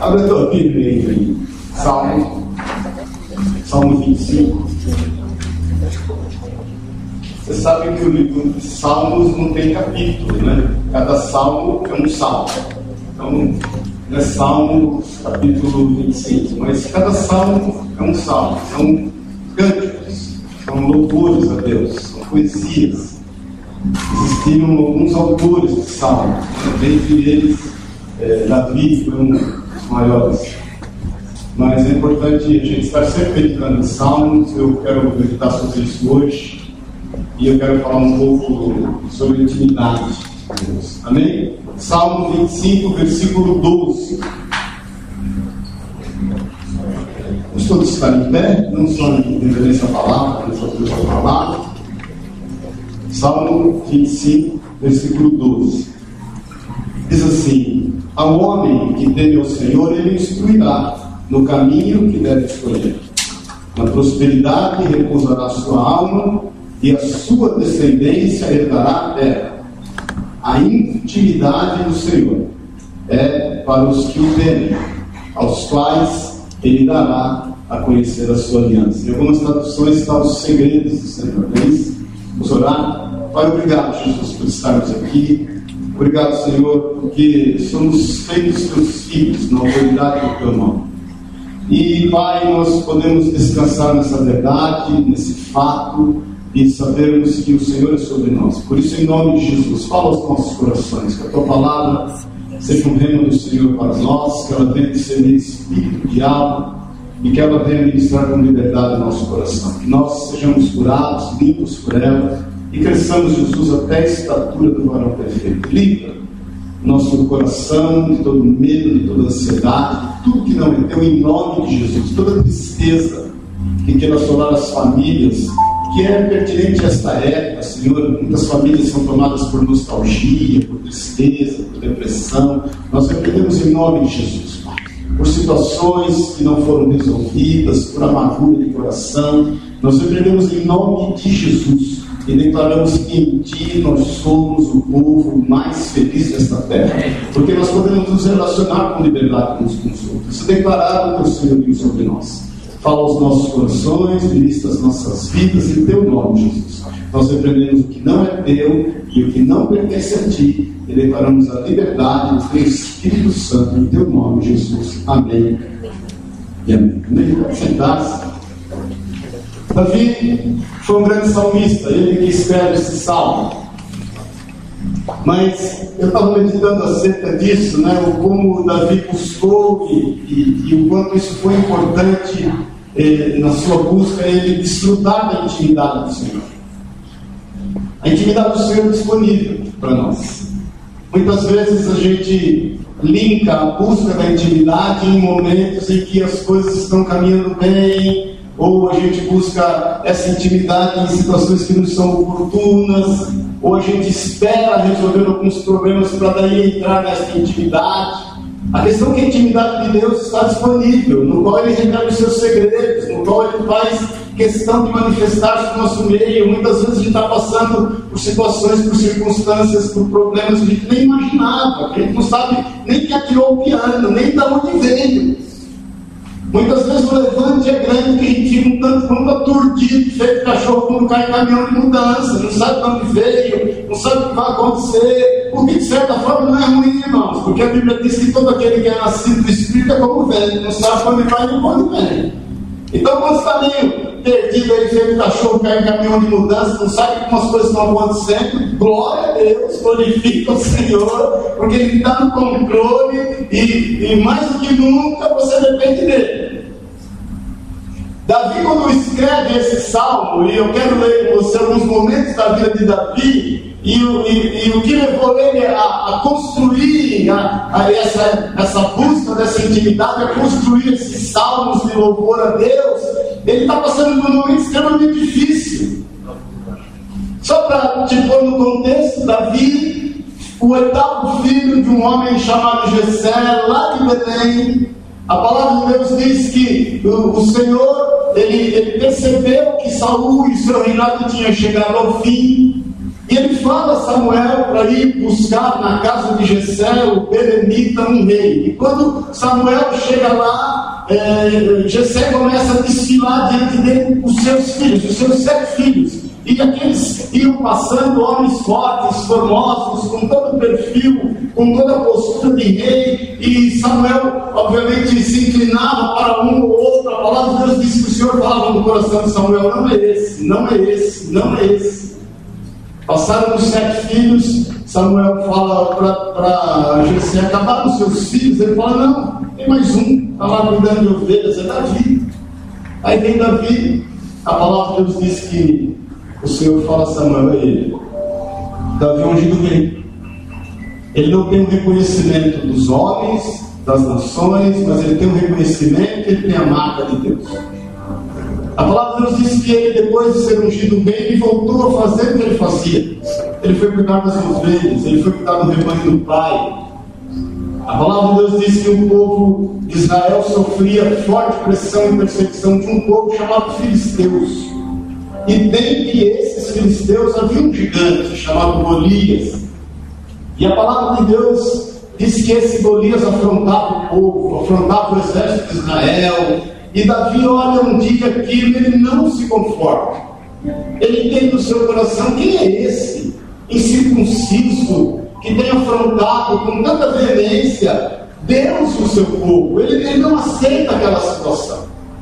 Abre a tua Bíblia aí, Salmo 25. Você sabe que o livro de Salmos não tem capítulo, né? Cada salmo é um salmo. Então, não é Salmo capítulo 25, mas cada salmo é um salmo. São cânticos, são louvores a Deus, são poesias. Existiam alguns autores de salmos, dentre eles Davi foi um dos maiores. Mas é importante a gente estar sempre meditando em salmos. Eu quero meditar sobre isso hoje. E eu quero falar um pouco sobre intimidade com Deus. Amém? Salmo 25, versículo 12. Vamos todos estar em pé, não só em reverência à palavra, mas só a palavra. Salmo 25, versículo 12. Diz assim: ao homem que teme ao Senhor, ele instruirá no caminho que deve escolher. Na prosperidade repousará sua alma, e a sua descendência herdará a terra. A intimidade do Senhor é para os que o temem, aos quais ele dará a conhecer a sua aliança. Em algumas traduções está os segredos do Senhor. Vamos orar? Pai, obrigado, Jesus, por estarmos aqui. Obrigado, Senhor, porque somos feitos teus filhos na autoridade do teu nome. E, Pai, nós podemos descansar nessa verdade, nesse fato, e sabermos que o Senhor é sobre nós. Por isso, em nome de Jesus, fala aos nossos corações, que a tua palavra seja um rema do Senhor para nós, que ela venha de ser espírito de alma, e que ela venha ministrar com liberdade o nosso coração. Que nós sejamos curados, limpos por ela, e cresçamos, Jesus, até a estatura do varão perfeito. Livra nosso coração de todo medo, de toda ansiedade, de tudo que não é teu, em nome de Jesus. Toda tristeza que queira assolar as famílias, que é pertinente a esta época, Senhor. Muitas famílias são tomadas por nostalgia, por tristeza, por depressão. Nós repreendemos em nome de Jesus, Pai, por situações que não foram resolvidas, por amargura de coração. Nós repreendemos em nome de Jesus e declaramos que em Ti nós somos o povo mais feliz desta terra, porque nós podemos nos relacionar com liberdade uns com os outros. Se declarar o Teu senhorio sobre nós. Fala aos nossos corações, ministra as nossas vidas em teu nome, Jesus. Nós repreendemos o que não é teu e o que não pertence a ti, e declaramos a liberdade do teu Espírito Santo em teu nome, Jesus. Amém e amém. Pode sentar-se. Davi foi um grande salmista, ele que escreve esse salmo. Mas eu estava meditando acerca disso, né? Como Davi buscou e o quanto isso foi importante na sua busca, ele desfrutar da intimidade do Senhor. A intimidade do Senhor é disponível para nós. Muitas vezes a gente linka a busca da intimidade em momentos em que as coisas estão caminhando bem, ou a gente busca essa intimidade em situações que não são oportunas, ou a gente espera resolver alguns problemas para daí entrar nessa intimidade. A questão é que a intimidade de Deus está disponível, no qual Ele revela os seus segredos, no qual Ele faz questão de manifestar-se no nosso meio. Muitas vezes a gente está passando por situações, por circunstâncias, por problemas que a gente nem imaginava, que a gente não sabe nem que atirou o piano, nem de onde veio. Muitas vezes o levante é grande, que a gente fica um tanto quanto aturdido, feito cachorro quando cai em caminhão de mudança, não sabe de onde veio, não sabe o que vai acontecer, porque de certa forma não é ruim, irmãos, porque a Bíblia diz que todo aquele que é nascido do Espírito é como velho, não sabe quando vai nem quando vem. Então, quando está meio perdido aí, feito cachorro cai em caminhão de mudança, não sabe como as coisas estão acontecendo, glória a Deus, glorifica o Senhor, porque Ele está no controle e mais do que nunca você depende dele. Davi, quando escreve esse salmo, e eu quero ler com você alguns momentos da vida de Davi, e o que levou ele a construir essa busca dessa intimidade, a construir esses salmos de louvor a Deus, ele está passando por um momento extremamente difícil. Só para te pôr no contexto, Davi, o 8º filho de um homem chamado Jessé, lá de Belém. A palavra de Deus diz que o Senhor, ele percebeu que Saul e seu reinado tinham chegado ao fim, e ele fala a Samuel para para ir buscar na casa de Jessé, o Belemita, um rei. E quando Samuel chega lá, Jessé começa a desfilar diante dele os seus filhos, os seus 7 filhos. E aqueles iam passando, homens fortes, formosos, com todo o perfil, com toda a postura de rei. E Samuel, obviamente, se inclinava para um ou outro. A palavra de Deus disse que o Senhor falava no coração de Samuel: não é esse, não é esse, não é esse. Passaram os 7 filhos, Samuel fala para Jessé: acabaram os seus filhos? Ele fala: não, tem mais um, está lá cuidando de ovelhas, é Davi. Aí vem Davi, a palavra de Deus diz que o Senhor fala a Samuel: é ele. Davi é ungido rei. Ele não tem o reconhecimento dos homens, das nações, mas ele tem o reconhecimento, ele tem a marca de Deus. A palavra de Deus diz que ele, depois de ser ungido rei, ele voltou a fazer o que ele fazia. Ele foi cuidar das ovelhas, ele foi cuidar do rebanho do pai. A palavra de Deus diz que o povo de Israel sofria forte pressão e perseguição de um povo chamado filisteus. E dentre esses filisteus havia um gigante chamado Golias. E a palavra de Deus diz que esse Golias afrontava o povo, afrontava o exército de Israel. E Davi olha um dia aquilo, ele não se conforma. Ele tem no seu coração: quem é esse incircunciso que tem afrontado com tanta veemência Deus e o seu povo? Ele não aceita aquela situação.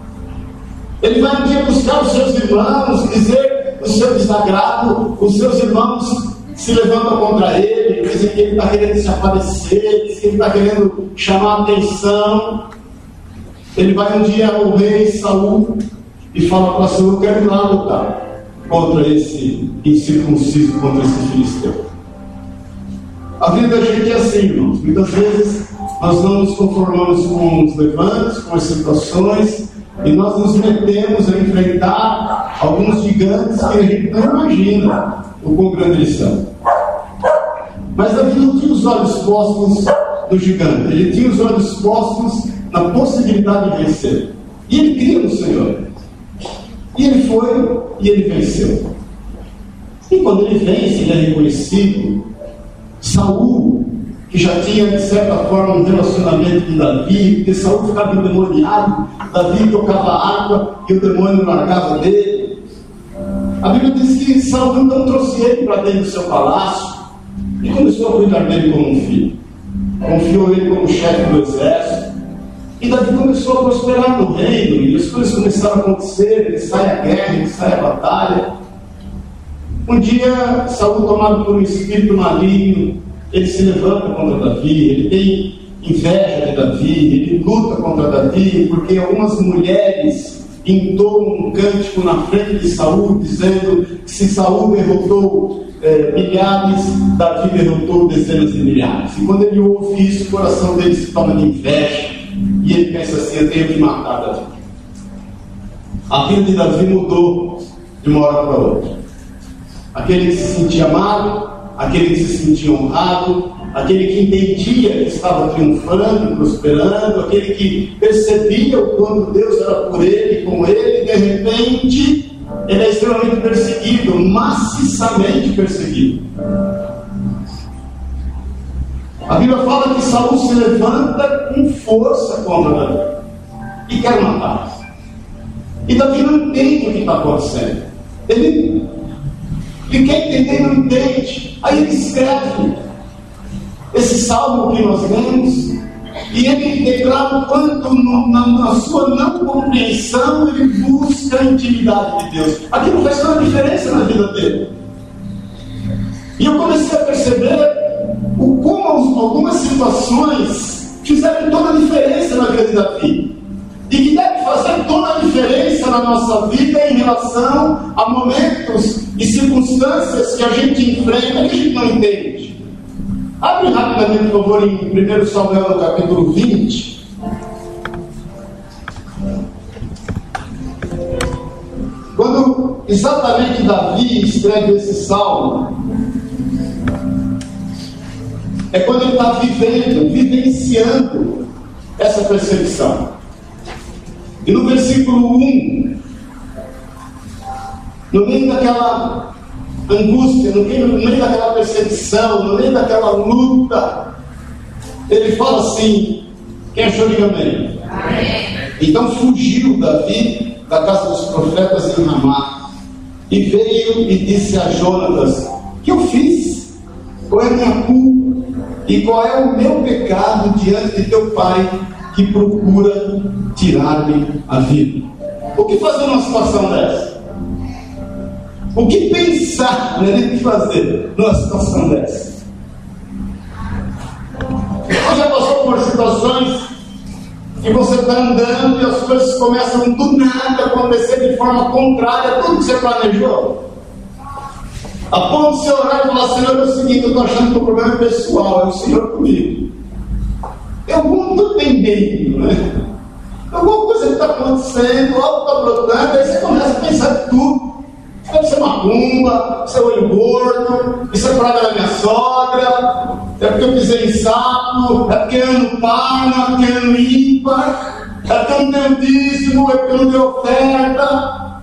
Ele vai um dia buscar os seus irmãos, dizer o seu desagrado. Os seus irmãos se levantam contra ele, dizem que ele está querendo se aparecer, dizem que ele está querendo chamar a atenção. Ele vai um dia ao rei Saul e fala para Saul: eu quero ir lá lutar contra esse incircunciso, contra esse filisteu. A vida da gente é assim, irmãos. Muitas vezes nós não nos conformamos com os levantes, com as situações, e nós nos metemos a enfrentar alguns gigantes que a gente não imagina o quão grande eles são. Mas Davi não tinha os olhos postos no gigante, ele tinha os olhos postos na possibilidade de vencer. E ele cria no Senhor. E ele foi e ele venceu. E quando ele vence, ele é reconhecido. Saul, que já tinha de certa forma um relacionamento com Davi, porque Saul ficava endemoniado, Davi tocava água e o demônio largava dele. A Bíblia diz que Saul então trouxe ele para dentro do seu palácio e começou a cuidar dele como um filho. Confiou ele como chefe do exército. E Davi começou a prosperar no reino, e as coisas começaram a acontecer. Ele sai à guerra, ele sai à batalha. Um dia, Saul, tomado por um espírito maligno, ele se levanta contra Davi, ele tem inveja de Davi, ele luta contra Davi, porque algumas mulheres entoam um cântico na frente de Saul, dizendo que se Saul derrotou milhares, Davi derrotou dezenas de milhares. E quando ele ouve isso, o coração dele se torna de inveja. E ele pensa assim: eu tenho que matar Davi. A vida de Davi mudou de uma hora para outra. Aquele que se sentia amado, aquele que se sentia honrado, aquele que entendia que estava triunfando, prosperando, aquele que percebia o quanto Deus era por ele, com ele, de repente ele é extremamente perseguido, maciçamente perseguido. A Bíblia fala que Saul se levanta com força contra Davi e quer matar. E Davi não entende o que está acontecendo. Ele quer entender e não entende. Aí ele escreve esse salmo que nós lemos, e ele declara o quanto na sua não compreensão ele busca a intimidade de Deus. Aquilo faz toda a diferença na vida dele. E eu comecei a perceber como algumas situações fizeram toda a diferença na vida de Davi, e que deve fazer toda a diferença na nossa vida em relação a momentos e circunstâncias que a gente enfrenta que a gente não entende. Abre rapidamente, por favor, em 1 Samuel, no capítulo 20. Quando exatamente Davi escreve esse salmo, é quando ele está vivenciando essa perseguição. E no versículo 1, no meio daquela angústia, no meio daquela perseguição, no meio daquela luta, ele fala assim: quem achou, diga amém. Então fugiu Davi da casa dos profetas em Ramá e veio e disse a Jonatas: o que eu fiz? Qual é a minha culpa? E qual é o meu pecado diante de teu pai, que procura tirar-me a vida? O que fazer numa situação dessa? O que pensar, né, o que fazer numa situação dessa? Você já passou por situações que você está andando e as coisas começam do nada a acontecer de forma contrária a tudo que você planejou? A ponto de você orar e falar: Senhor, é o seguinte, eu estou achando que o problema é pessoal, é o Senhor comigo. É algum dependente, né? Alguma coisa que está acontecendo, algo está brotando, aí você começa a pensar de tudo. Deve ser macumba, isso é olho gordo, isso é praga da minha sogra, é porque eu pisei em sapo, é porque ano par, é porque ano ímpar, é porque eu não tenho dízimo, é porque eu não tenho oferta.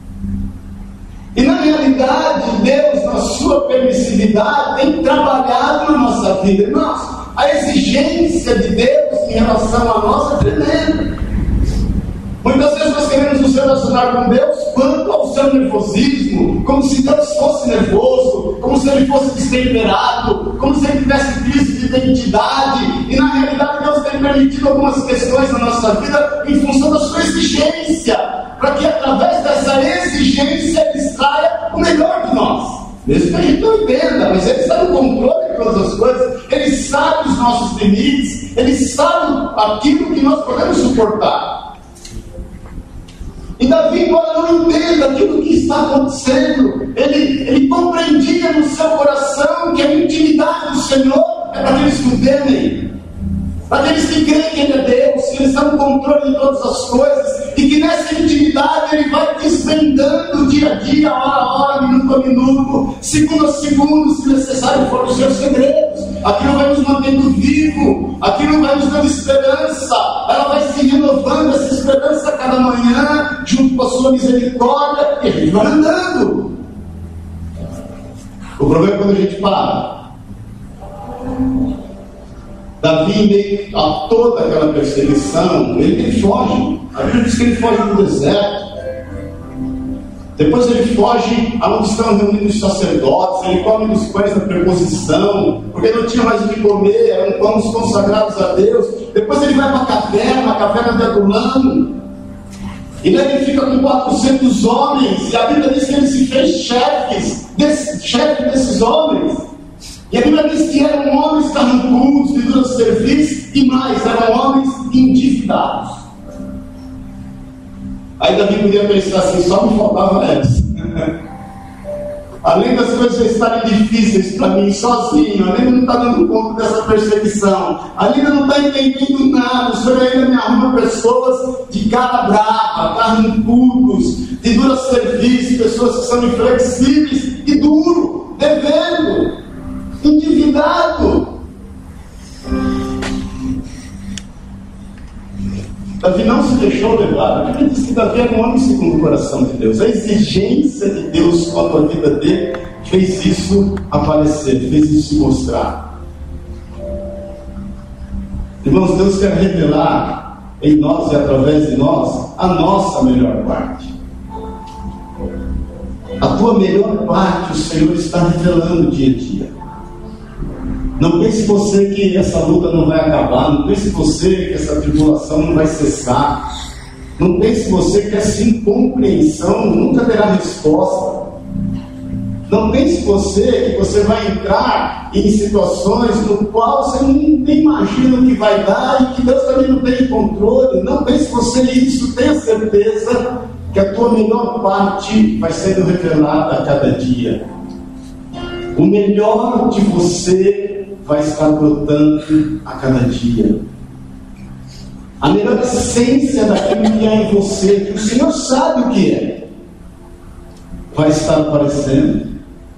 E na realidade, Deus, na sua permissividade, tem trabalhado na nossa vida. Irmãos, a exigência de Deus em relação a nós é tremenda. Muitas vezes nós queremos nos relacionar com Deus quanto ao seu nervosismo, como se Deus fosse nervoso, como se ele fosse destemperado, como se ele tivesse crise de identidade. E na realidade Deus tem permitido algumas questões na nossa vida em função da sua exigência, para que através dessa exigência ele extraia o melhor de nós. Mesmo que a gente não entenda, mas ele está no controle de todas as coisas, ele sabe os nossos limites, ele sabe aquilo que nós podemos suportar. E Davi, embora não entenda aquilo que está acontecendo, ele compreendia no seu coração que a intimidade do Senhor é para aqueles que o temem, para aqueles que creem que Ele é Deus, que Ele está no controle de todas as coisas, e que nessa intimidade Ele vai desvendando dia a dia, hora a hora, minuto a minuto, segundo a segundo, se necessário for, os seus segredos. Aquilo vai nos mantendo vivo, aquilo vai nos dando esperança, ela vai se renovando essa esperança a cada manhã, junto com a sua misericórdia, e a gente vai andando. O problema é quando a gente para. Davi, em meio a toda aquela perseguição, ele foge. A Bíblia diz que ele foge do deserto. Depois ele foge aonde estão reunidos os sacerdotes. Ele come dos pães da preposição, porque não tinha mais o que comer, eram pães consagrados a Deus. Depois ele vai para a caverna de Adulão. E lá ele fica com 400 homens. E a Bíblia diz que ele se fez chefe desses homens. E a Bíblia diz que eram homens carrancudos, de duro serviço, e mais, eram homens endividados. Aí Davi podia pensar assim: só me faltava essa. Além das coisas estarem difíceis para mim sozinho, além de não estar dando conta dessa perseguição, além de não estar entendendo nada, o Senhor ainda me arruma pessoas de cara brava, carrancudos, de duro serviço, pessoas que são inflexíveis e duro, devendo, endividado. Davi não se deixou levar. A Bíblia diz que Davi era um homem segundo o coração de Deus. A exigência de Deus quanto à vida dele fez isso aparecer, fez isso se mostrar. Irmãos, Deus quer revelar em nós e através de nós a nossa melhor parte. A tua melhor parte o Senhor está revelando dia a dia. Não pense você que essa luta não vai acabar. Não pense você que essa tribulação não vai cessar. Não pense você que essa incompreensão nunca terá resposta. Não pense você que você vai entrar em situações no qual você nem imagina o que vai dar e que Deus também não tem controle. Não pense você isso. Tenha certeza que a tua melhor parte vai sendo revelada a cada dia. O melhor de você vai estar brotando a cada dia. A melhor essência daquilo que há em você, que o Senhor sabe o que é, vai estar aparecendo.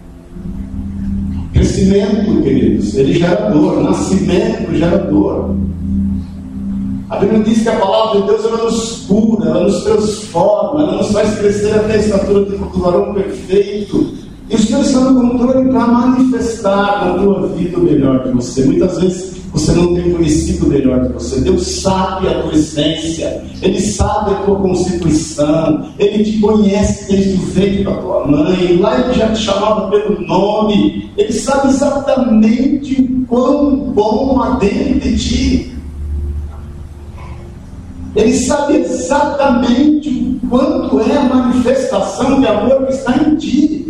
Crescimento, queridos, ele gera dor. Nascimento gera dor. A Bíblia diz que a palavra de Deus, ela nos cura, ela nos transforma, ela nos faz crescer até a estatura do varão perfeito. E o Senhor está no controle para manifestar na tua vida o melhor de você. Muitas vezes você não tem conhecido o melhor de você. Deus sabe a tua essência, Ele sabe a tua constituição, Ele te conhece desde o ventre da tua mãe. Lá Ele já te chamava pelo nome. Ele sabe exatamente o quão bom há dentro de ti. Ele sabe exatamente o quanto é a manifestação de amor que está em ti.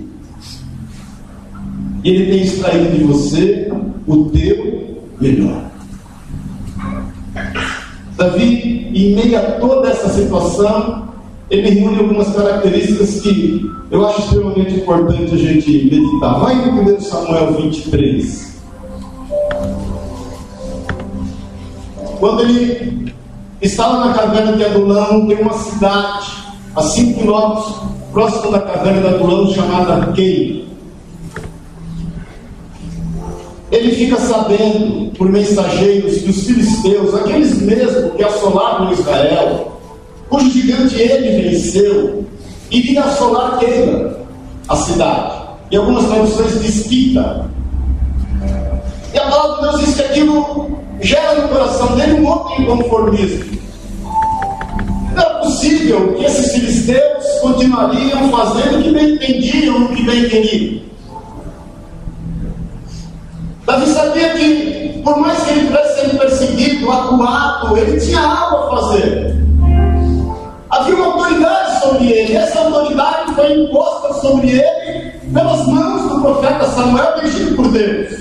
E Ele tem extraído de você o teu melhor. Davi, em meio a toda essa situação, ele reúne algumas características que eu acho extremamente importante a gente meditar. Vai no 1 Samuel 23. Quando ele estava na caverna de Adulão, tem uma cidade a 5 quilômetros próximo da caverna de Adulão chamada Keila. Ele fica sabendo por mensageiros que os filisteus, aqueles mesmos que assolaram Israel, cujo gigante ele venceu, iria assolar Keila, a cidade. E algumas traduções diz Kita. E a palavra de Deus diz que aquilo gera no coração dele um outro inconformismo. Não é possível que esses filisteus continuariam fazendo o que bem entendiam, o que bem queriam. Davi sabia que, por mais que ele tivesse sendo perseguido, acuado, ele tinha algo a fazer. Havia uma autoridade sobre ele. Essa autoridade foi imposta sobre ele pelas mãos do profeta Samuel, dirigido por Deus.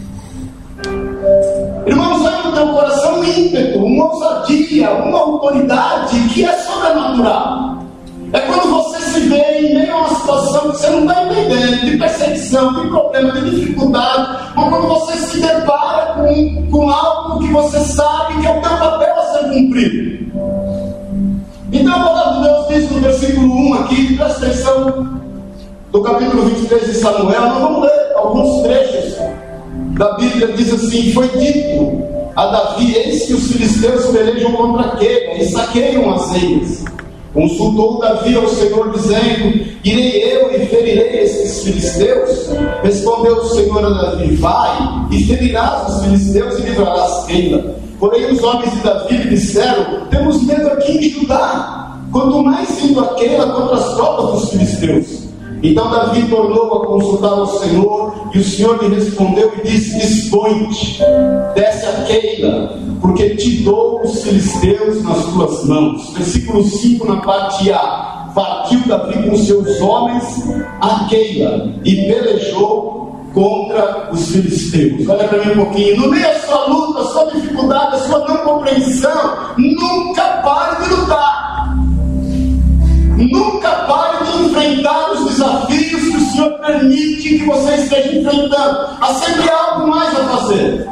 Irmãos, há no teu coração um ímpeto, uma ousadia, uma autoridade que é sobrenatural. É quando você se vê em meio a uma situação que você não está entendendo, de perseguição, de problema, de dificuldade, ou quando você se depara com algo que você sabe que é o teu papel a ser cumprido. Então a palavra de Deus diz no versículo 1 aqui, presta atenção, do capítulo 23 de Samuel, nós vamos ler alguns trechos da Bíblia. Diz assim: foi dito a Davi, eis que os filisteus pelejam contra Keila e saqueiam as eiras. Consultou Davi ao Senhor, dizendo: irei eu e ferirei esses filisteus? Respondeu o Senhor a Davi: vai e ferirás os filisteus e livrarás Keila. Porém os homens de Davi lhe disseram: temos medo aqui em Judá, quanto mais indo a Keila contra as tropas dos filisteus. Então Davi tornou a consultar ao Senhor, e o Senhor lhe respondeu e disse: dispõe-te, desce a Keila, porque te dou os filisteus nas tuas mãos. Versículo 5, na parte A: partiu Davi com seus homens a Keila e pelejou contra os filisteus. Olha para mim um pouquinho. No meio da sua luta, da sua dificuldade, da sua não compreensão, nunca pare de lutar. Nunca pare de enfrentar os desafios que o Senhor permite que você esteja enfrentando. Há sempre algo mais a fazer.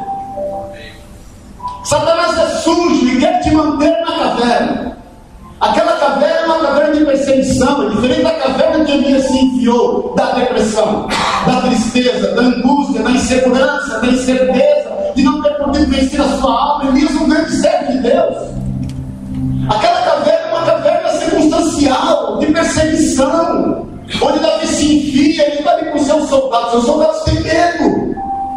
Satanás é sujo e quer te manter na caverna. Aquela caverna é uma caverna de perseguição, é diferente da caverna que Elias se enfiou, da depressão, da tristeza, da angústia, da insegurança, da incerteza de não ter podido vencer a sua alma. Elias é um grande servo de Deus. Aquela caverna é uma caverna circunstancial, de perseguição, onde Davi se enfia, ele está ali com seus soldados têm medo.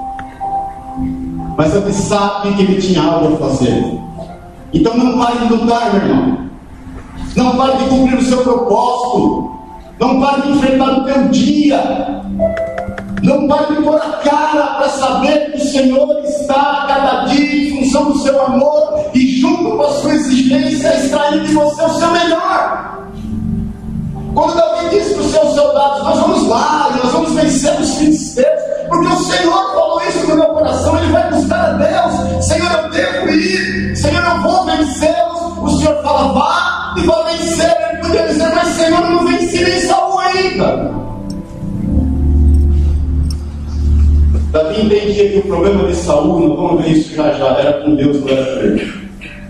Mas Davi sabe que ele tinha algo a fazer. Então não pare de lutar, meu irmão. Não pare de cumprir o seu propósito. Não pare de enfrentar o teu dia. Não pare de pôr a cara para saber que o Senhor está a cada dia em função do seu amor e junto com a sua exigência extraindo de você o seu melhor. Quando Davi disse para os seus soldados: nós vamos lá e nós vamos vencer os filisteus, porque o Senhor falou isso no meu coração, ele vai buscar a Deus. Senhor, eu devo ir, Senhor, eu vou vencê-los. O Senhor fala: vá e vai vencer. Ele podia dizer: mas Senhor, eu não venci nem Saul ainda. Davi entendia que o problema de Saul, nós vamos ver isso já, era com Deus, não era com ele.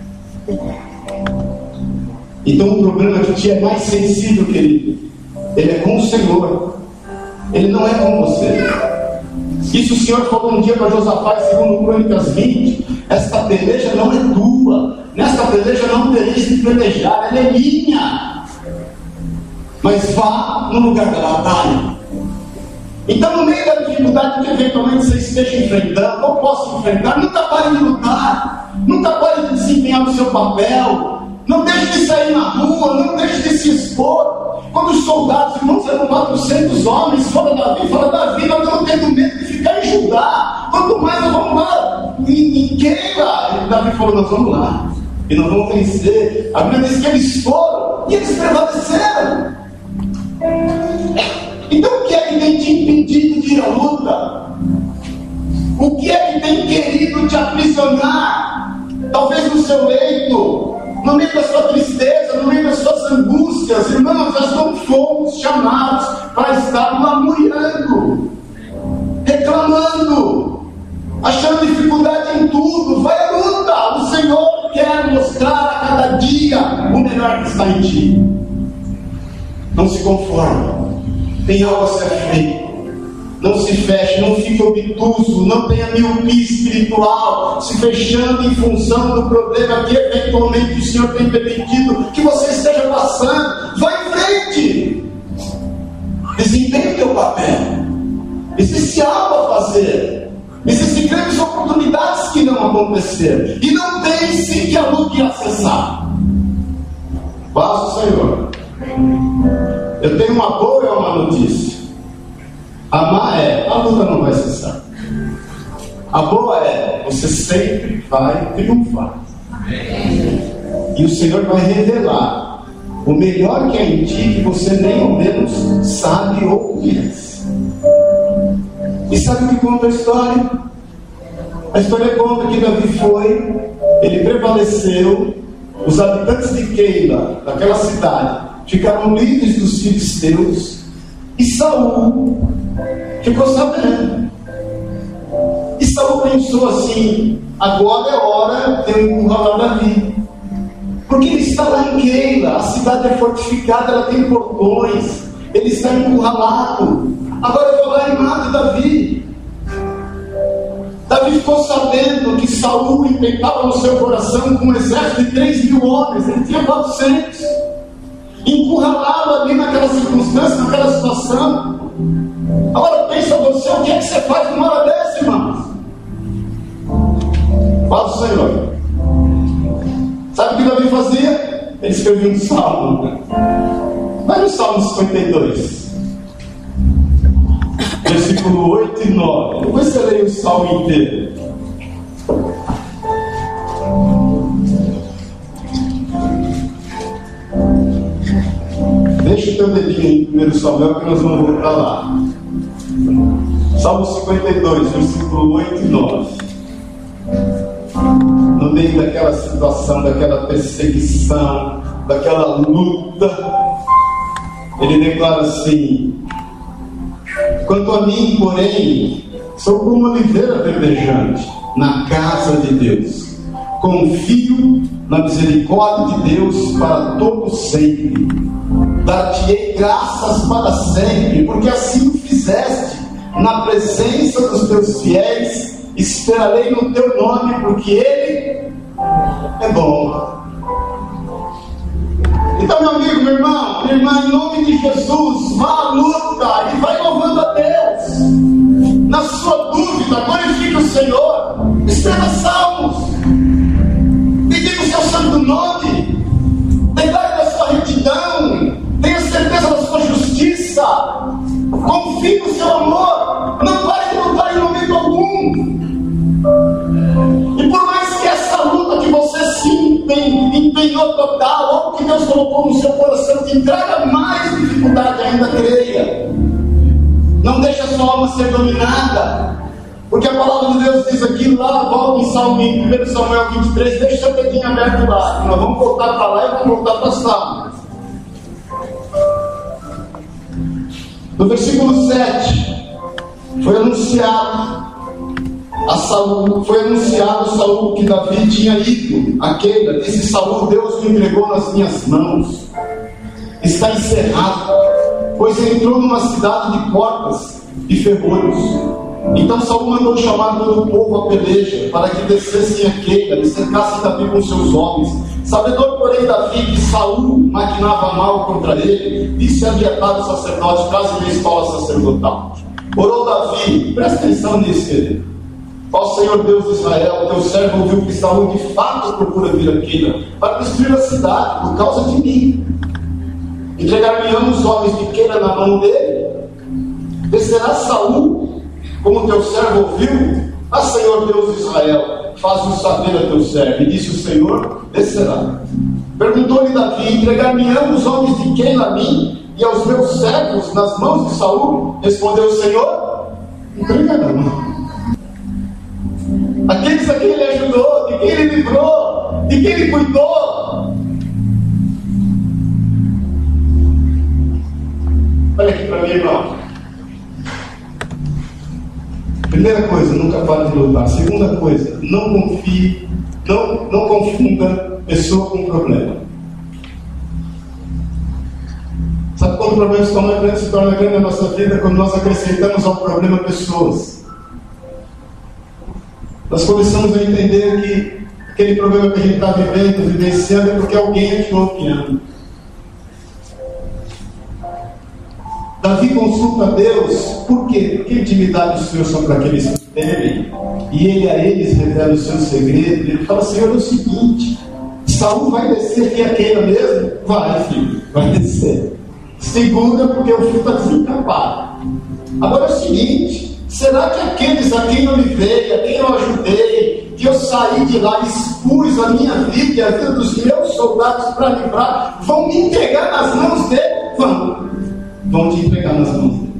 Então o problema que te é mais sensível, querido, ele é com o Senhor, ele não é com você. Isso o Senhor falou um dia para Josafá, segundo Crônicas 20: esta peleja não é tua, nesta peleja não tereis de pelejar, ela é minha. Mas vá no lugar da batalha. Então, no meio da dificuldade que eventualmente você esteja enfrentando, ou possa enfrentar, nunca pare de lutar, nunca pare de desempenhar o seu papel, não deixe de sair na rua, não deixe de se expor. Quando os soldados, irmãos, eram 400 homens, fala Davi, nós estamos tendo medo de ficar em Judá, quanto mais nós vamos lá em Keila. E Davi falou, nós vamos lá, e nós vamos vencer. A Bíblia diz que eles foram, e eles prevaleceram. Então o que é que tem te impedido de ir à luta? O que é que tem querido te aprisionar? Talvez no seu leito, no meio da sua tristeza, no meio das suas angústias. Irmãos, nós não fomos chamados para estar lamuriando, reclamando, achando dificuldade em tudo. Vai à luta. O Senhor quer mostrar a cada dia o melhor que está em ti. Não se conforme. Tem algo a ser feito. Não se feche, não fique obtuso, não tenha miopia espiritual, se fechando em função do problema que eventualmente o Senhor tem permitido que você esteja passando. Vai em frente, desempenhe o teu papel. Existe algo a fazer, existem grandes oportunidades que irão acontecer, e não pense que a luta irá cessar. Paz do Senhor. Eu tenho uma boa e uma notícia. Amar a luta não vai cessar. A boa você sempre vai triunfar. E o Senhor vai revelar o melhor que é em ti, que você nem ao menos sabe ou conhece. E sabe o que conta a história? A história conta que Davi ele prevaleceu. Os habitantes de Keila, daquela cidade, ficaram livres dos filisteus. E Saul ficou sabendo. E Saul pensou assim: agora é hora de eu encurralar Davi, porque ele está lá em Keila, a cidade é fortificada, ela tem portões, ele está encurralado. Agora eu vou lá e mato Davi. Davi ficou sabendo que Saul intentava no seu coração com um exército de 3.000 homens, ele tinha 400. Encurralado ali naquela circunstância, naquela situação. Agora pensa você, o que é que você faz numa hora dessa, irmãos? Fala o Senhor. Sabe o que Davi fazia? Ele escrevia um salmo. Vai no Salmo 52, versículo 8 e 9. Depois você lê o salmo inteiro. Deixa o teu dedinho em 1 Samuel, que nós vamos voltar lá. Salmo 52, versículo 8 e 9. No meio daquela situação, daquela perseguição, daquela luta, ele declara assim: quanto a mim, porém, sou como uma oliveira verdejante na casa de Deus. Confio na misericórdia de Deus para todo sempre. Dar-te-ei graças para sempre, porque assim o fizeste. Na presença dos teus fiéis esperarei no teu nome, porque Ele é bom. Então, meu amigo, meu irmão, minha irmã, em nome de Jesus, vá à luta e vai louvando a Deus. Na sua dúvida, glorifique o Senhor. Escreva salmos, dedique o seu santo nome, declare da sua retidão, tenha certeza da sua justiça, confie no seu amor, não pare de lutar em momento algum. E por mais que essa luta que você se empenhou total, ou que Deus colocou no seu coração, te traga mais dificuldade ainda, creia. Não deixe a sua alma ser dominada, porque a palavra de Deus diz aqui, lá, volta em Salmo, em 1 Samuel 23, deixa seu dedinho aberto lá, nós vamos voltar para lá e vamos voltar para Salmo. No versículo 7, foi anunciado a Saul que Davi tinha ido a Keila. Disse Saul: Deus me entregou nas minhas mãos, está encerrado, pois entrou numa cidade de portas e ferrolhos. Então Saul mandou chamar todo o povo à peleja, para que descessem a Keila e cercassem Davi com seus homens. Sabedor, porém, Davi que Saul maquinava mal contra ele, disse a Abiatar o sacerdote: traze-me a espada sacerdotal. Orou Davi, presta atenção nisso, querido. Ó Senhor Deus de Israel, teu servo ouviu que Saul de fato procura vir a Keila para destruir a cidade por causa de mim. Entregar-me-ão os homens de Keila na mão dele? Descerá Saul, como teu servo ouviu? Ah, Senhor Deus de Israel, faz-o saber a teu servo. E disse o Senhor, descerá. Perguntou-lhe Davi, entregar-me-ão os homens de Keila a mim e aos meus servos nas mãos de Saul? Respondeu o Senhor, entregarão. Aqueles a quem ele ajudou, de quem ele livrou, de quem ele cuidou. Olha aqui para mim, irmão. Primeira coisa, nunca pare de lutar. Segunda coisa, não confie, não confunda pessoa com problema. Sabe quando o problema se torna grande na nossa vida? Quando nós acrescentamos ao problema pessoas. Nós começamos a entender que aquele problema que a gente está vivendo, vivenciando, é porque alguém adiou que ama. Davi consulta a Deus, por quê? Porque a intimidade do Senhor são para aqueles que temem, e ele a eles revela o seu segredo. Ele fala, Senhor, é o seguinte, Saul vai descer aqui a Keila mesmo? Vai, filho, vai descer. Segura, porque o filho está desencapado. Agora é o seguinte, será que aqueles a quem eu livrei, a quem eu ajudei, que eu saí de lá, expus a minha vida e a vida dos meus soldados para livrar, vão me entregar nas mãos dele? Vão te entregar nas mãos dele.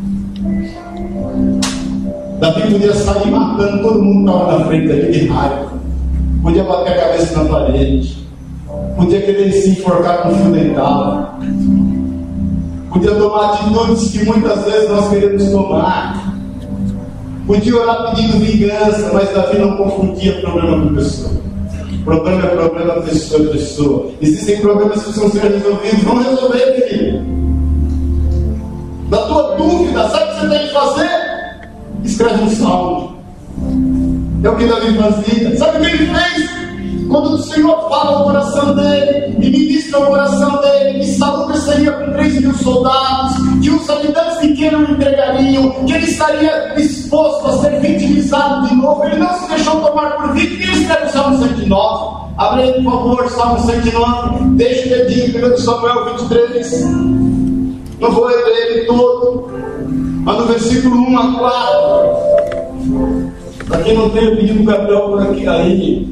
Davi podia sair matando todo mundo que estava na frente dele de raiva, podia bater a cabeça na parede, podia querer se enforcar com fio dental, podia tomar atitudes que muitas vezes nós queremos tomar, podia orar pedindo vingança, mas Davi não confundia problema com pessoa. Problema é problema, pessoa é pessoa. Existem problemas que precisam ser resolvidos. Vamos resolver, querido. Na tua dúvida, sabe o que você tem que fazer? Escreve um salmo. É o que Davi fazia. Sabe o que ele fez? Quando o Senhor fala ao coração dele e ministra ao coração dele que Saul desceria com 3.000 soldados, que os habitantes de Keila o entregariam, que ele estaria disposto a ser vitimizado de novo, ele não se deixou tomar por vítima. Ele escreve o Salmo 109. Abre aí, por favor, Salmo 109. Deixa o dedinho, 1 Samuel 23. Não vou ler ele todo, mas no versículo 1 a 4, para quem não tem o pedido do Gabriel por aqui, aí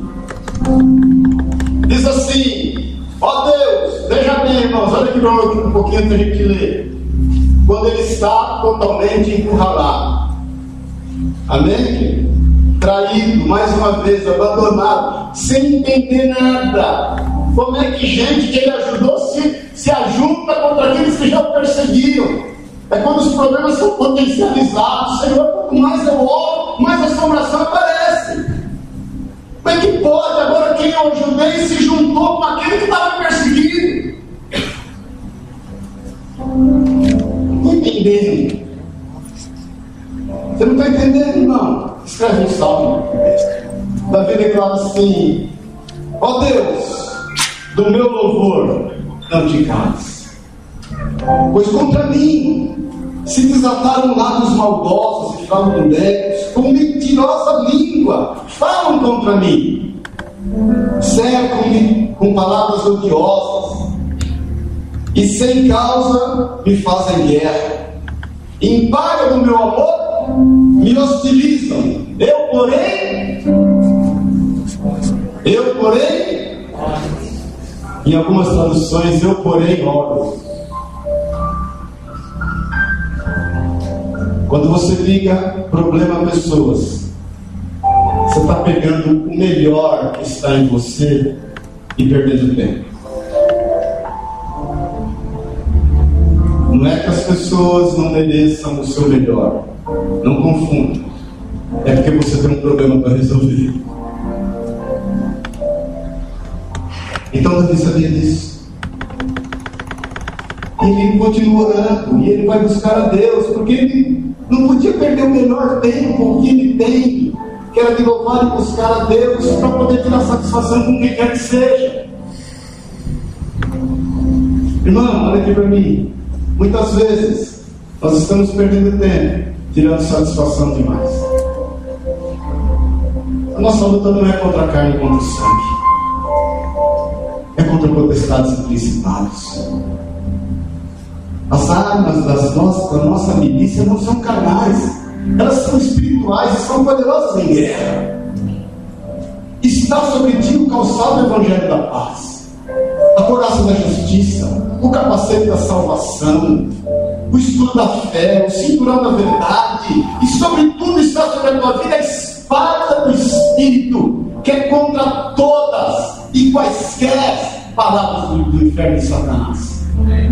diz assim: ó Deus, veja bem, irmãos, olha aqui para um pouquinho antes da gente ler. Quando ele está totalmente encurralado, amém? Traído, mais uma vez, abandonado, sem entender nada. Como é que gente que ele ajudou se ajunta contra aqueles que já o perseguiram? É quando os problemas são potencializados. Senhor, quanto mais eu oro, mais assombração aparece. Como é que pode? Agora quem eu ajudei se juntou com aquele que estava me perseguindo. Não estou entendendo. Você não está entendendo, irmão? Escreve um salmo. Davi declara assim: ó Deus, do meu louvor não te cales, pois contra mim se desataram lábios maldosos e fraudulentes, com mentirosa língua falam contra mim, cercam-me com palavras odiosas e sem causa me fazem guerra. Em paga do meu amor me hostilizam. Eu porém, em algumas traduções, oro. Quando você liga problema a pessoas, você está pegando o melhor que está em você e perdendo tempo. Não é que as pessoas não mereçam o seu melhor. Não confunda. É porque você tem um problema para resolver. Então Davi sabia disso. Ele continua orando e ele vai buscar a Deus, porque ele não podia perder o melhor tempo que ele tem, que era de louvar e buscar a Deus para poder tirar satisfação com quem quer que seja. Irmão, olha aqui para mim. Muitas vezes nós estamos perdendo tempo tirando satisfação demais. A nossa luta não é contra a carne e contra o sangue, é contra potestades e principados. As armas da nossa milícia não são carnais, elas são espirituais e são poderosas em guerra. Está sobre ti o calçado do Evangelho da paz, a couraça da justiça, o capacete da salvação, o escudo da fé, o cinturão da verdade, e sobre tudo está sobre a tua vida a espada do Espírito, que é contra todas e quaisquer palavras do inferno de Satanás.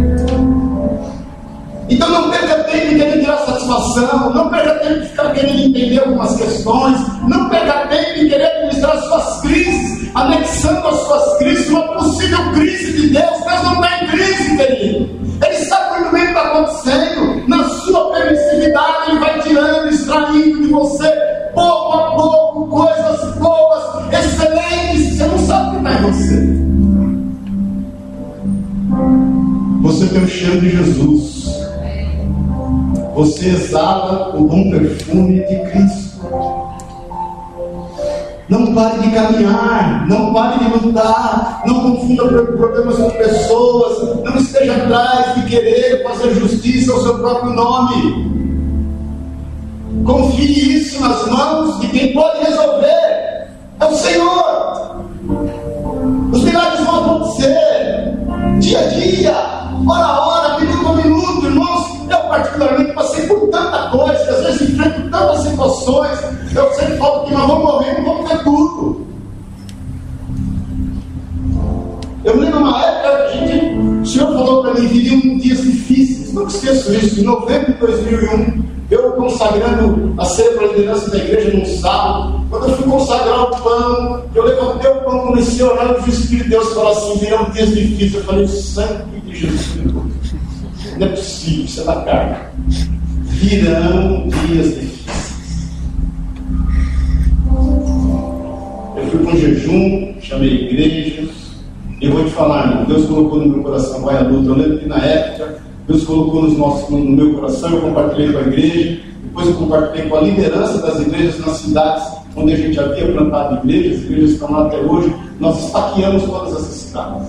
Então não perca tempo em querer tirar satisfação, não perca tempo em ficar querendo entender algumas questões, não perca tempo em querer administrar as suas crises, anexando as suas crises uma possível crise de Deus. Deus não está em crise, querido. Ele sabe muito bem o que está acontecendo. Na sua permissividade, Ele vai tirando, extraindo de você, pouco a pouco, coisas boas, excelentes. Você não sabe o que está em você. Você tem o cheiro de Jesus. Você exala o bom perfume de Cristo. Não pare de caminhar, não pare de lutar, não confunda problemas com pessoas, não esteja atrás de querer fazer justiça ao seu próprio nome. Confie isso nas mãos de quem pode resolver, é o Senhor. Os milagres vão acontecer dia a dia, hora a hora, minuto a minuto, irmãos. Eu particularmente passei por tanta coisa, às vezes enfrento tantas situações. Eu sempre falo que nós vamos morrer, não vamos ter tudo. Eu me lembro uma época, o Senhor falou para mim, viriam dias difíceis. Nunca esqueço isso. Em novembro de 2001, eu consagrando a ceia para a liderança da igreja num sábado, quando eu fui consagrar o pão, eu levantei o pão, comecei a orar, e o Espírito de Deus falou assim: virão dias difíceis. Eu falei: o sangue de Jesus. Não é possível, isso é da carne. Virão dias difíceis. Eu fui com jejum, chamei igrejas. Eu vou te falar, irmão, Deus colocou no meu coração, vai à luta. Eu lembro que na época, Deus colocou no meu coração, eu compartilhei com a igreja. Depois eu compartilhei com a liderança das igrejas nas cidades onde a gente havia plantado igrejas. As igrejas estão lá até hoje. Nós esfaqueamos todas essas cidades.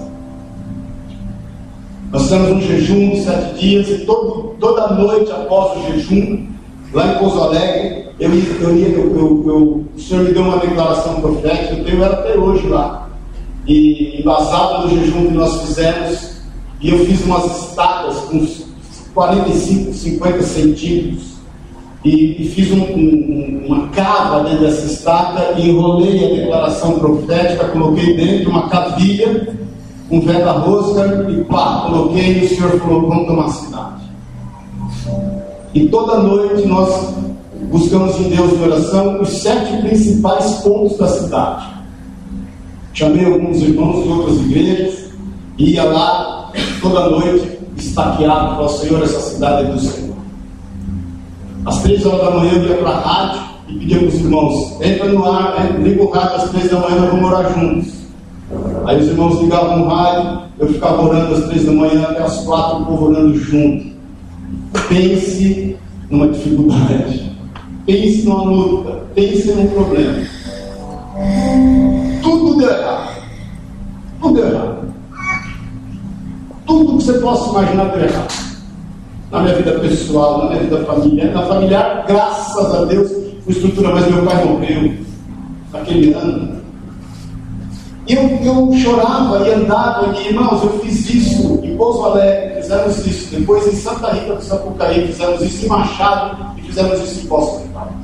Nós fizemos um jejum de 7 dias e toda noite após o jejum, lá em Pouso Alegre, o Senhor me deu uma declaração profética, eu tenho ela até hoje lá. E embasado no jejum que nós fizemos, e eu fiz umas estacas com 45, 50 centímetros, e fiz uma cava dentro dessa estaca, e enrolei a declaração profética, coloquei dentro uma cavilha, um véu da rosca, e pá, coloquei, e o Senhor falou: vamos tomar a cidade. E toda noite nós buscamos em Deus de oração os 7 principais pontos da cidade. Chamei alguns irmãos de outras igrejas, e ia lá toda noite, estaqueado, falou: Senhor, essa cidade é do Senhor. Às 3 horas da manhã eu ia para a rádio e pedia para os irmãos: entra no ar, liga o rádio às 3 da manhã, nós vamos orar juntos. Aí os irmãos ligavam no rádio, eu ficava orando às 3 da manhã até às 4, o povo orando junto. Pense numa dificuldade, pense numa luta, pense num problema. Tudo deu errado. Tudo deu errado. Tudo que você possa imaginar deu errado. Na minha vida pessoal, na minha vida familiar. Na familiar, graças a Deus, foi estrutura, mas meu pai morreu naquele ano. E eu chorava e andava, e irmãos, eu fiz isso em Pouso Alegre, fizemos isso. Depois em Santa Rita do Sapucaí, fizemos isso em Machado e fizemos isso em Poço de Caldas.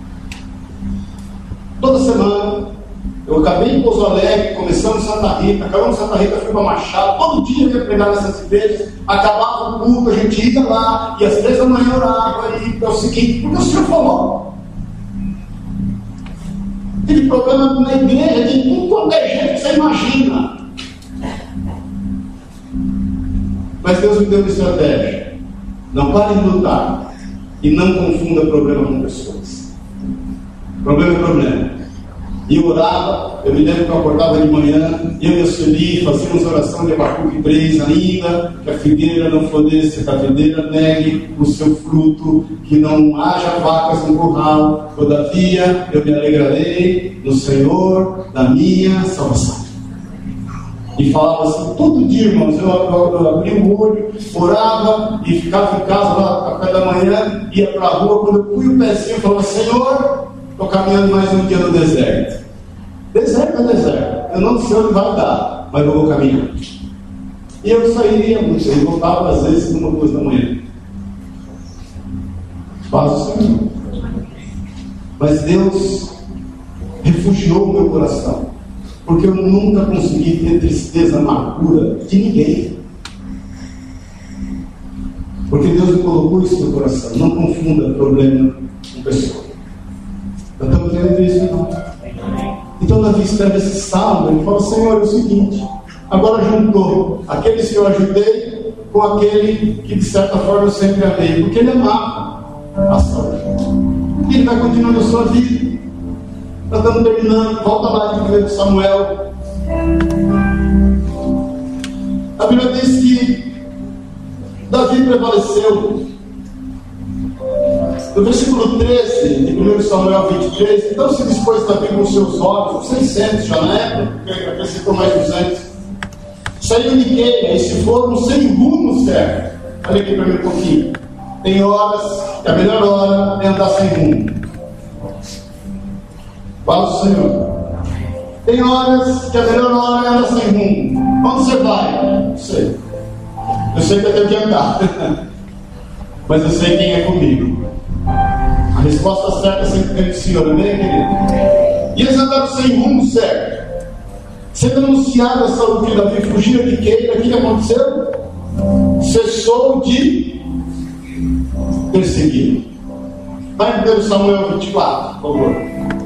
Toda semana, eu acabei em Pouso Alegre, começamos em Santa Rita, acabamos em Santa Rita, fui para Machado. Todo dia eu ia pregar nessas igrejas, acabava o culto, a gente ia lá, e às 3 da manhã orava, e é o seguinte, porque o Senhor falou. Tive problema na igreja de tudo quanto é jeito que você imagina. Mas Deus me deu uma estratégia: não pare de lutar e não confunda problema com pessoas. Problema é problema. E eu orava, eu me lembro que eu acordava de manhã, eu e a Sueli fazíamos oração de Abacuque 3 ainda, que a figueira não floresça, que a videira negue o seu fruto, que não haja vacas no curral, todavia eu me alegrarei no Senhor da minha salvação. E falava assim, todo dia, irmãos, eu abria o olho, orava e ficava em casa lá, café da manhã, ia para a rua, quando eu fui o pezinho, eu falava, Senhor, estou caminhando mais um dia no deserto. Deserto é deserto, eu não sei onde vai dar, mas eu vou caminhar. E eu saía, eu voltava às vezes 1, 2 da manhã. Faz o Senhor. Mas Deus refugiou o meu coração. Porque eu nunca consegui ter tristeza, amargura de ninguém. Porque Deus me colocou isso no coração. Não confunda problema com pessoa. Eu estou vendo isso, não. Então Davi escreve esse salmo. Ele fala, Senhor, é o seguinte. Agora juntou aqueles que eu ajudei com aquele que de certa forma eu sempre amei. Porque ele amava a saúde. E ele vai continuando a sua vida. Nós estamos terminando, volta lá de 1 Samuel. A Bíblia diz que Davi prevaleceu. No versículo 13 de 1 Samuel 23, então se dispôs Davi com seus olhos, 600 já na época, acrescentou mais 200, saiu de Queira e se foram sem rumo certo. Olha aqui para mim um pouquinho. Tem horas que a melhor hora é andar sem rumo. Fala o Senhor. Tem horas que a melhor hora é andar sem rumo. Onde você vai? Não sei. Eu sei que eu tenho que andar. Mas eu sei quem é comigo. A resposta certa sempre vem do Senhor, amém, querido? E eles andaram sem rumo certo. Sendo anunciado a saúde de Davi, fugiram de Queira, o que aconteceu? Cessou de perseguir. Vai em 1 Samuel 24, por favor.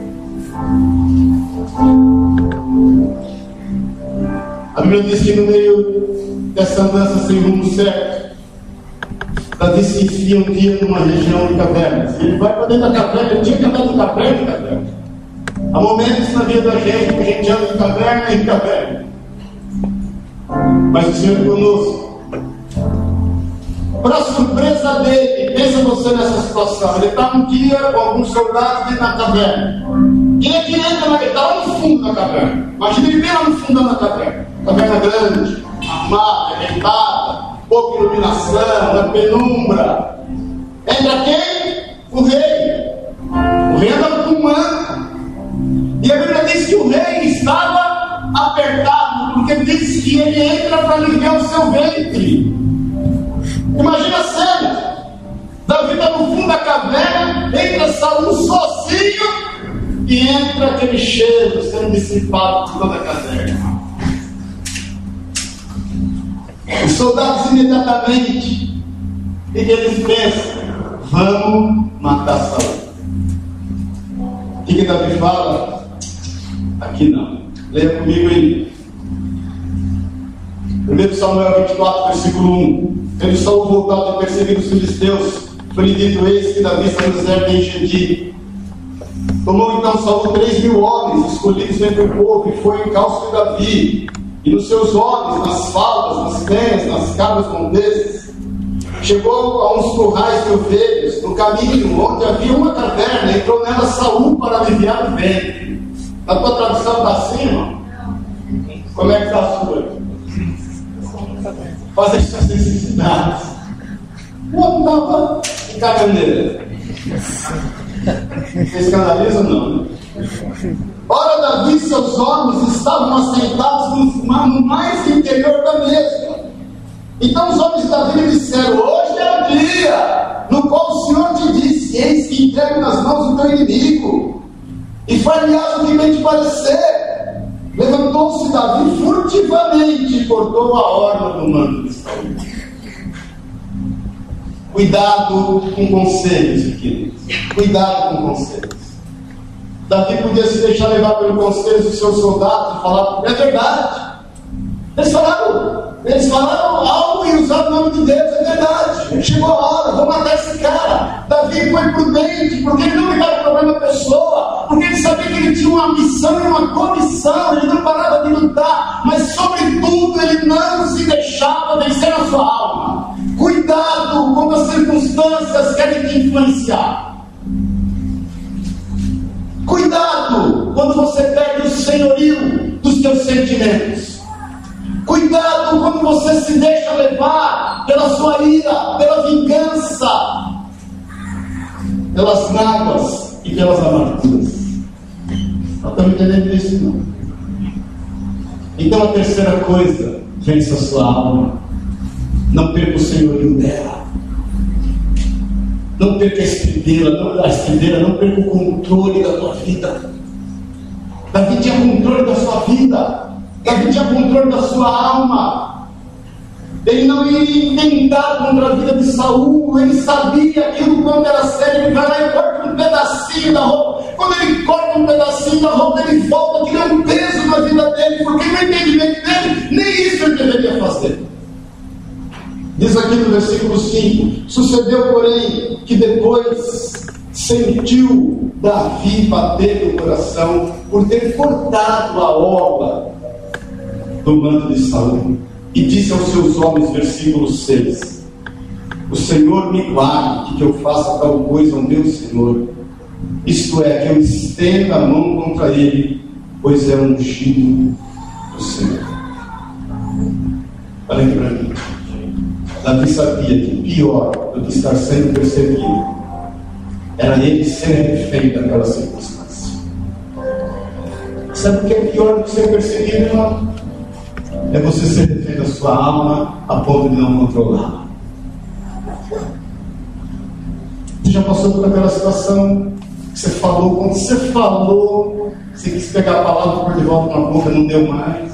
A Bíblia diz que no meio dessa andança sem rumo certo, Davi se enfia um dia numa região de cavernas. Ele vai para dentro da caverna, ele tinha que andar de caverna em caverna. Há momentos na vida da gente que a gente anda de caverna em caverna. Mas o Senhor é conosco. Para surpresa dele, pensa você nessa situação. Ele está um dia com alguns soldados dentro da caverna. Quem é que entra na caverna? Ele está lá no fundo da caverna. Imagina ele bem lá no fundo da caverna. Caverna grande, armada, arrebentada, pouca iluminação, na penumbra. Entra quem? O rei. O rei andava com um manto. E a Bíblia diz que o rei estava apertado, porque diz que ele entra para aliviar o seu ventre. Imagina a cena. Davi está no fundo da caverna, entra Saul sozinho e entra aquele cheiro sendo dissipado por toda a caverna. Os soldados imediatamente, o que eles pensam? Vamos matar Saul. O que Davi fala? Aqui não. Leia comigo aí. 1 Samuel 24, versículo 1. Tendo Saul voltado a perseguir os filisteus, foi dito: eis que Davi está no deserto de Engedi. Tomou então Saul 3.000 homens escolhidos entre o povo e foi em calço de Davi, e nos seus olhos, nas faldas, nas penhas, nas cabras montesas. Chegou a uns currais de ovelhas, no caminho onde havia uma caverna, entrou nela Saul para aliviar o ventre. Na tua tradução está acima? Como é que está a sua? Fazer suas necessidades. O homem estava em caganeira. Você escandaliza ou não? Ora, Davi e seus homens estavam assentados no mais interior da mesma. Então os homens de Davi lhe disseram: hoje é o dia no qual o Senhor te disse: eis que entrego nas mãos do teu inimigo, e far-lhe-ás o que bem te parecer. Levantou-se Davi furtivamente e cortou a orla do manto de Saul. Cuidado com conselhos, queridos. Cuidado com conselhos. Davi podia se deixar levar pelo conselho dos seus soldados e falar: é verdade. Eles falaram algo e usaram o nome de Deus, é verdade. Chegou a hora, vou matar esse cara. Davi foi prudente, porque ele não ligava o problema da pessoa, porque ele sabia que ele tinha um uma missão e uma comissão, ele não parava de lutar, mas sobretudo ele não se deixava vencer a sua alma. Cuidado quando as circunstâncias querem te influenciar. Cuidado quando você perde o senhorio dos teus sentimentos. Cuidado quando você se deixa levar pela sua ira, pela vingança, pelas mágoas e pelas amarguras. Não estamos entendendo isso, não? Então a terceira coisa, vença a sua alma. Não perca o senhorio dela. Não perca a estribeira, não perca o controle da tua vida. Davi tinha controle da sua vida. Davi tinha controle da sua alma. Ele não ia intentar contra a vida de Saul. Ele sabia aquilo quando era sério. Ele vai lá e corta um pedacinho da roupa. Quando ele corta um pedacinho da roupa, ele volta, que é um peso na vida dele, porque no entendimento dele, nem isso ele deveria fazer. Diz aqui no versículo 5: sucedeu, porém, que depois sentiu Davi bater no coração por ter cortado a orla do manto de Saul, e disse aos seus homens, versículo 6: o Senhor me guarde que eu faça tal coisa ao meu Senhor, isto é, que eu estenda a mão contra ele, pois é ungido do Senhor. Olhem para mim. Davi sabia que pior do que estar sendo perseguido era ele ser refém daquela circunstância. Sabe o que é pior do que ser perseguido, irmão? É você ser refém da sua alma a ponto de não controlá-la. Você já passou por aquela situação que você falou, quando você falou, você quis pegar a palavra por de volta na boca, não deu mais?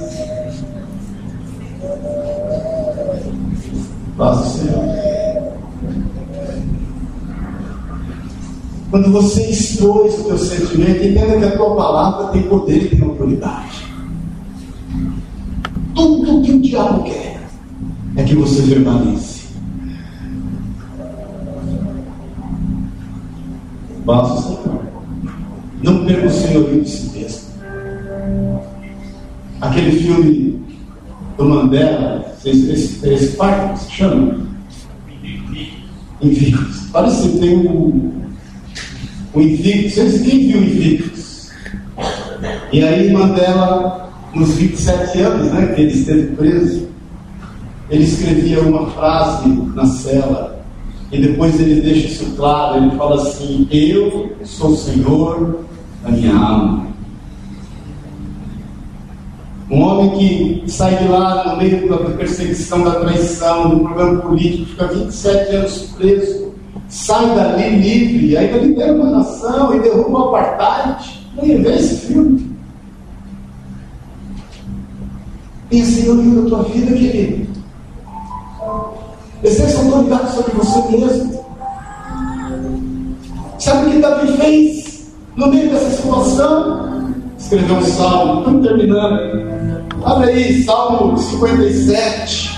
Paz do Senhor. Quando você expôs o teu sentimento, entenda que a tua palavra tem poder e tem autoridade. Tudo que o diabo quer é que você verbalize. Paz do Senhor. Não perca o senhorio de si mesmo. Aquele filme do Mandela, esse parque se chama Invictus. Parece que tem o Invictus. Quem viu Invictus? E aí Mandela, nos 27 anos, né, que ele esteve preso, ele escrevia uma frase na cela, e depois ele deixa isso claro. Ele fala assim: eu sou o Senhor da minha alma. Um homem que sai de lá no meio da perseguição, da traição, do problema político, fica 27 anos preso, sai dali livre, ainda lidera uma nação e derruba o apartheid. Não ia ver esse filme. Tenha senhorio da tua vida, querido. Exerça autoridade sobre você mesmo. Sabe o que Davi fez no meio dessa situação? Escreveu um salmo. Estamos terminando. Abre aí, Salmo 57.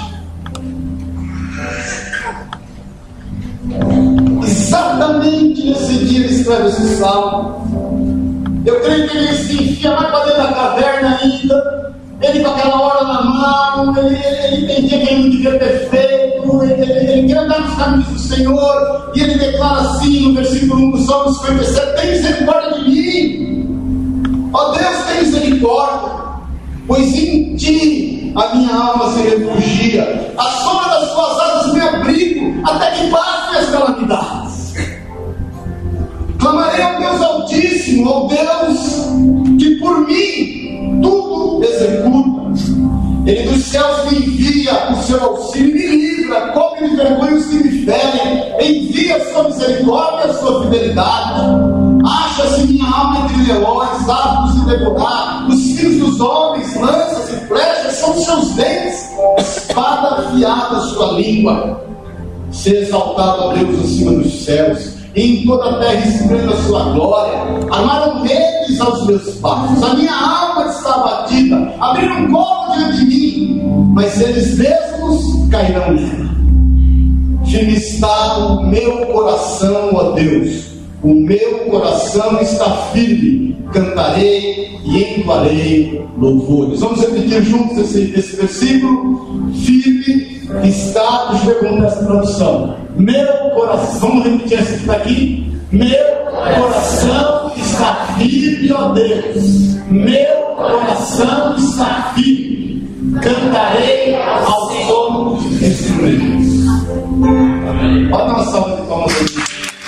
Exatamente nesse dia ele escreve esse salmo. Eu creio que ele se enfia mais para dentro da caverna ainda. Ele com aquela hora na mão, ele entendia que ele não devia ter feito, ele quer andar nos caminhos do Senhor, e ele declara assim no versículo 1 do Salmo 57: tem misericórdia de mim, ó Deus, tem misericórdia, pois em ti a minha alma se refugia, à sombra das tuas asas me abrigo, até que passem as calamidades. Clamarei ao Deus Altíssimo, ao Deus que por mim tudo executa. Ele dos céus me envia o seu auxílio, me livra, cobre de vergonha os que me ferem, envia a sua misericórdia e a sua fidelidade. Acha-se minha alma entre leões, ávidos de devorar, os filhos dos homens, lanças e flechas são os seus dentes, espada afiada a sua língua. Ser exaltado a Deus acima dos céus, e em toda a terra esplenda a sua glória. Armaram redes aos meus passos, a minha alma está abatida, abriram colo diante de mim, mas eles mesmos cairão nela. Firme está o meu coração, ó Deus, o meu coração está firme, cantarei e entoarei louvores. Vamos repetir juntos esse versículo. Firme está, deixa eu ver como está essa tradução. Meu coração, vamos repetir esse que está aqui. Meu coração está firme, ó Deus. Meu coração está firme. Cantarei ao som de instrumentos. Amém. Bota uma salva de palmas aqui.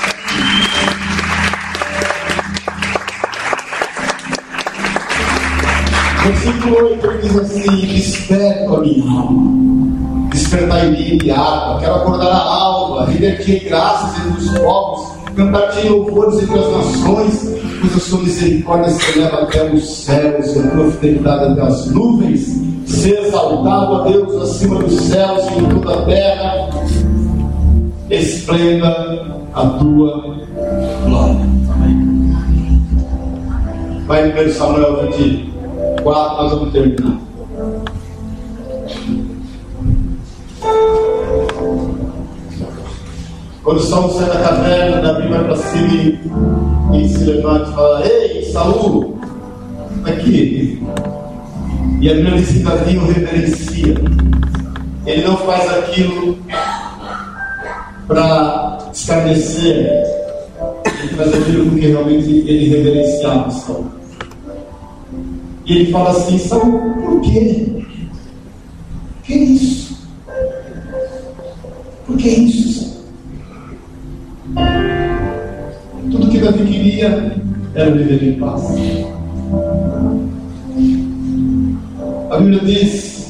Versículo 8 diz assim: desperta a minha alma, despertai-me de água, quero acordar a alva, render-te graças entre os povos, cantar-te louvores entre as nações, pois a sua misericórdia se eleva até os céus e a tua fidelidade até as nuvens. Ser exaltado a Deus acima dos céus e em toda a terra, esplenda a tua glória. Amém. Vai em 1 Samuel 24, nós vamos terminar. Quando Saul sai da caverna, Davi vai para cima e se levanta e fala: ei, Saul, aqui. E a Bíblia diz que Davi o reverencia. Ele não faz aquilo para escarnecer, ele faz aquilo porque realmente ele reverenciava Saul. E ele fala assim: Saul, por quê? Que é isso? Por que isso, Saul? Tudo que Davi queria era viver em paz. A Bíblia diz,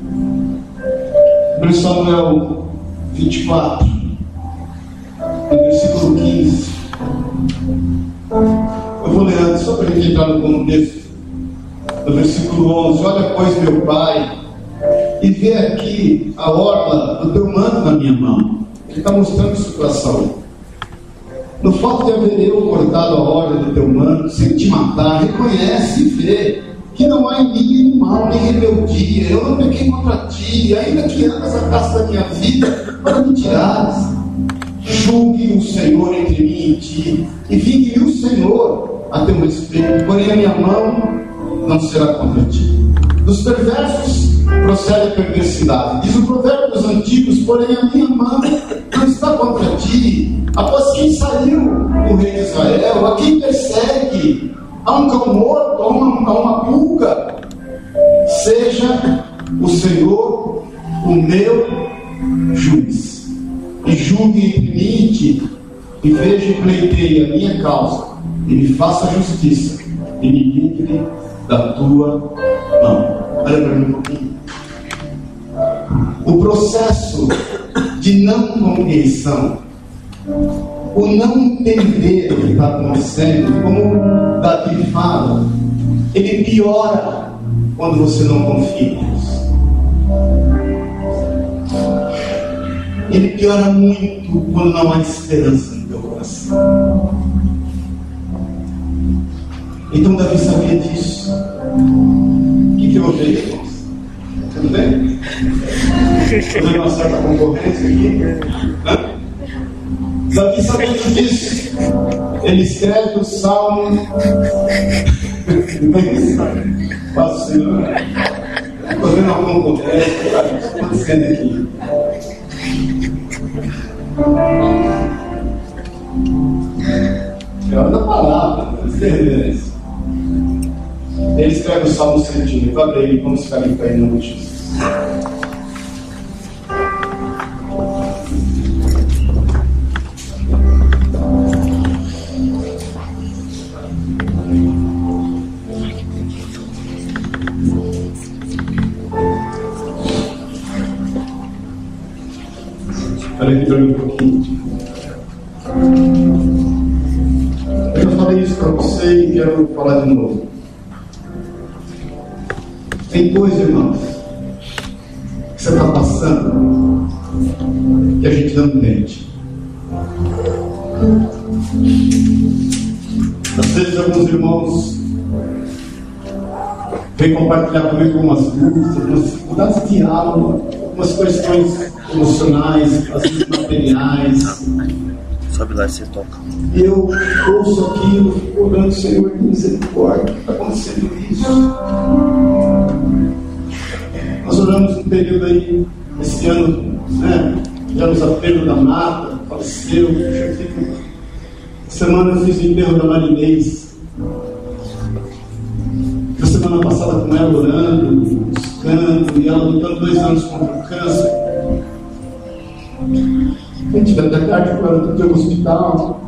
em Samuel 24, no versículo 15, eu vou ler antes, só para a gente entrar no contexto, no versículo 11: olha, pois, meu pai, e vê aqui a orla do teu manto na minha mão. Ele está mostrando isso para Saul. No fato de haver eu cortado a orla do teu manto, sem te matar, reconhece e vê que não há em mim nenhum mal, nem rebeldia. Eu não pequei contra ti, ainda que andas a caça da minha vida para me tirares. Julgue o Senhor entre mim e ti, e vingue o Senhor a teu respeito, porém a minha mão não será contra ti. Dos perversos procede a perversidade. Diz o provérbio dos antigos: porém a minha mão não está contra ti. Após quem saiu o rei de Israel, a quem persegue, a um cão morto, a uma pulga. Seja o Senhor o meu juiz, e julgue entre mim e ti, e veja e pleiteie a minha causa, e me faça justiça, e me livre da tua mão. Olha para mim um pouquinho. O processo de não compreensão, o não entender o que está acontecendo, como Davi fala, ele piora quando você não confia em Deus. Ele piora muito quando não há esperança no teu coração. Então Davi sabia disso. O que eu ouvi, irmãos? Tudo bem? Estou vendo uma certa concorrência aqui. Hã? Davi sabia disso. Ele escreve o Salmo. Paz do Senhor. Estou vendo uma concorrência. O que está acontecendo aqui? É hora da palavra, reverência. Ele escreve o Salmo 108. Abre ele, vamos ficar em pé em nome de Jesus. Olha aqui para mim um pouquinho. Eu falei isso para você e quero falar de novo. Tem coisa, irmãos, que você está passando que a gente não entende. Às vezes alguns irmãos vêm compartilhar comigo algumas dúvidas, algumas dificuldades de alma, algumas questões emocionais, às vezes materiais. Sobe lá e você toca. E eu ouço aquilo, fico orando, Senhor, de misericórdia, está acontecendo isso. Nós oramos um período aí, esse ano, né? Tivemos a perda da Mata, faleceu. Essa semana eu fiz o enterro da Marinês. Na semana passada com ela orando, buscando, e ela lutando 2 anos contra o câncer. A gente vai até tarde com ela do hospital.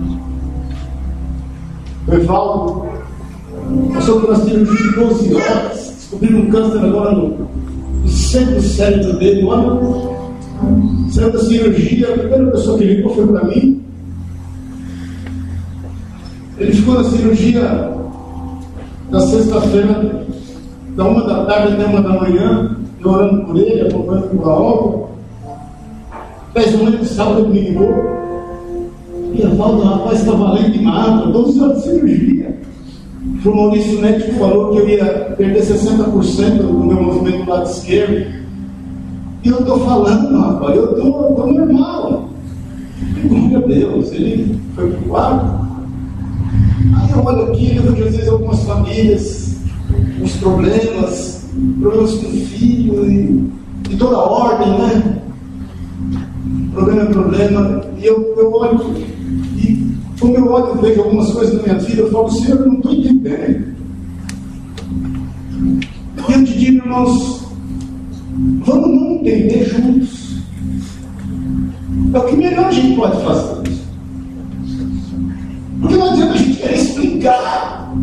O Evaldo passou por uma cirurgia de 12 horas. Descobriram um câncer agora no centro do cérebro dele. Olha, saiu da cirurgia, a primeira pessoa que ligou foi para mim. Ele ficou na cirurgia da sexta-feira, da 1 da tarde até 1 da manhã, eu orando por ele, acompanhando por a obra. 10 da manhã de sábado ele me ligou. E a Valdo, rapaz, estava além de Mata, 12 horas de cirurgia. O Maurício médico falou que eu ia perder 60% do meu movimento do lado esquerdo. E eu estou falando, rapaz, eu estou normal. Glória a Deus, ele foi para o quarto. Aí eu olho aqui, eu vejo às vezes algumas famílias, uns problemas com filho e de toda ordem, né? Problema é problema. E eu olho, e como eu olho e vejo algumas coisas na minha vida, eu falo, Senhor, eu não estou entendendo. E eu te digo, irmãos, vamos não entender juntos. É o que melhor a gente pode fazer. Porque não adianta a gente querer explicar.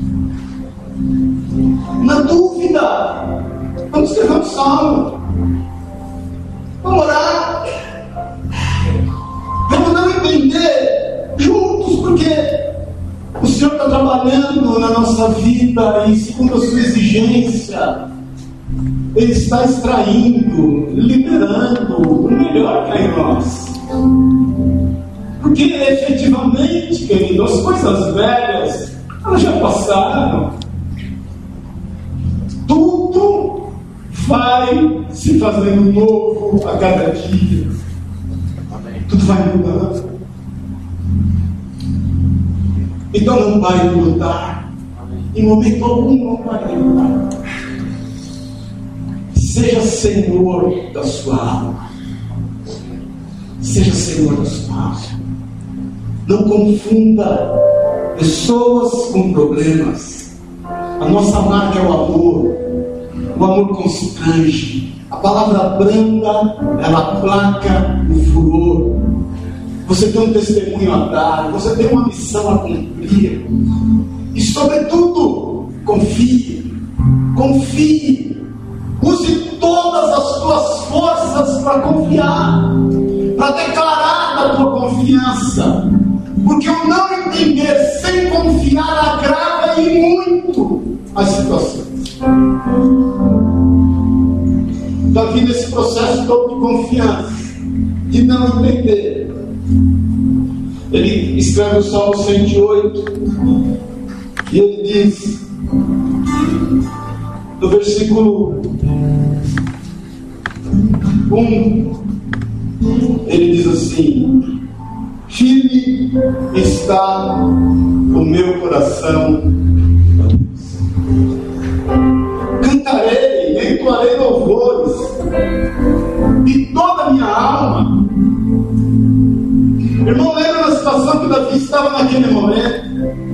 Na dúvida, vamos escrever um salmo. Vamos orar. Vamos não entender juntos, porque o Senhor está trabalhando na nossa vida e segundo a sua exigência, Ele está extraindo, liberando o melhor que há em nós. Porque efetivamente, querido, as coisas velhas, elas já passaram. Tudo vai se fazendo novo a cada dia. Tudo vai mudando. Então não pare de lutar. Em momento algum não pare de lutar. Seja Senhor da sua alma. Seja Senhor da sua alma. Não confunda pessoas com problemas. A nossa marca é o amor. O amor constrange. A palavra branda, ela aplaca o furor. Você tem um testemunho a dar. Você tem uma missão a cumprir. E sobretudo, confie. Confie. Use todas as tuas forças para confiar. Para declarar a tua confiança. Porque o não entender sem confiar agrava e muito as situações. Davi, nesse processo todo de confiança, de não entender, ele escreve o Salmo 108 e ele diz, no versículo 1, ele diz assim: firme está o meu coração, cantarei, entoarei louvores de toda a minha alma. Irmão, lembra da situação que Davi estava naquele momento?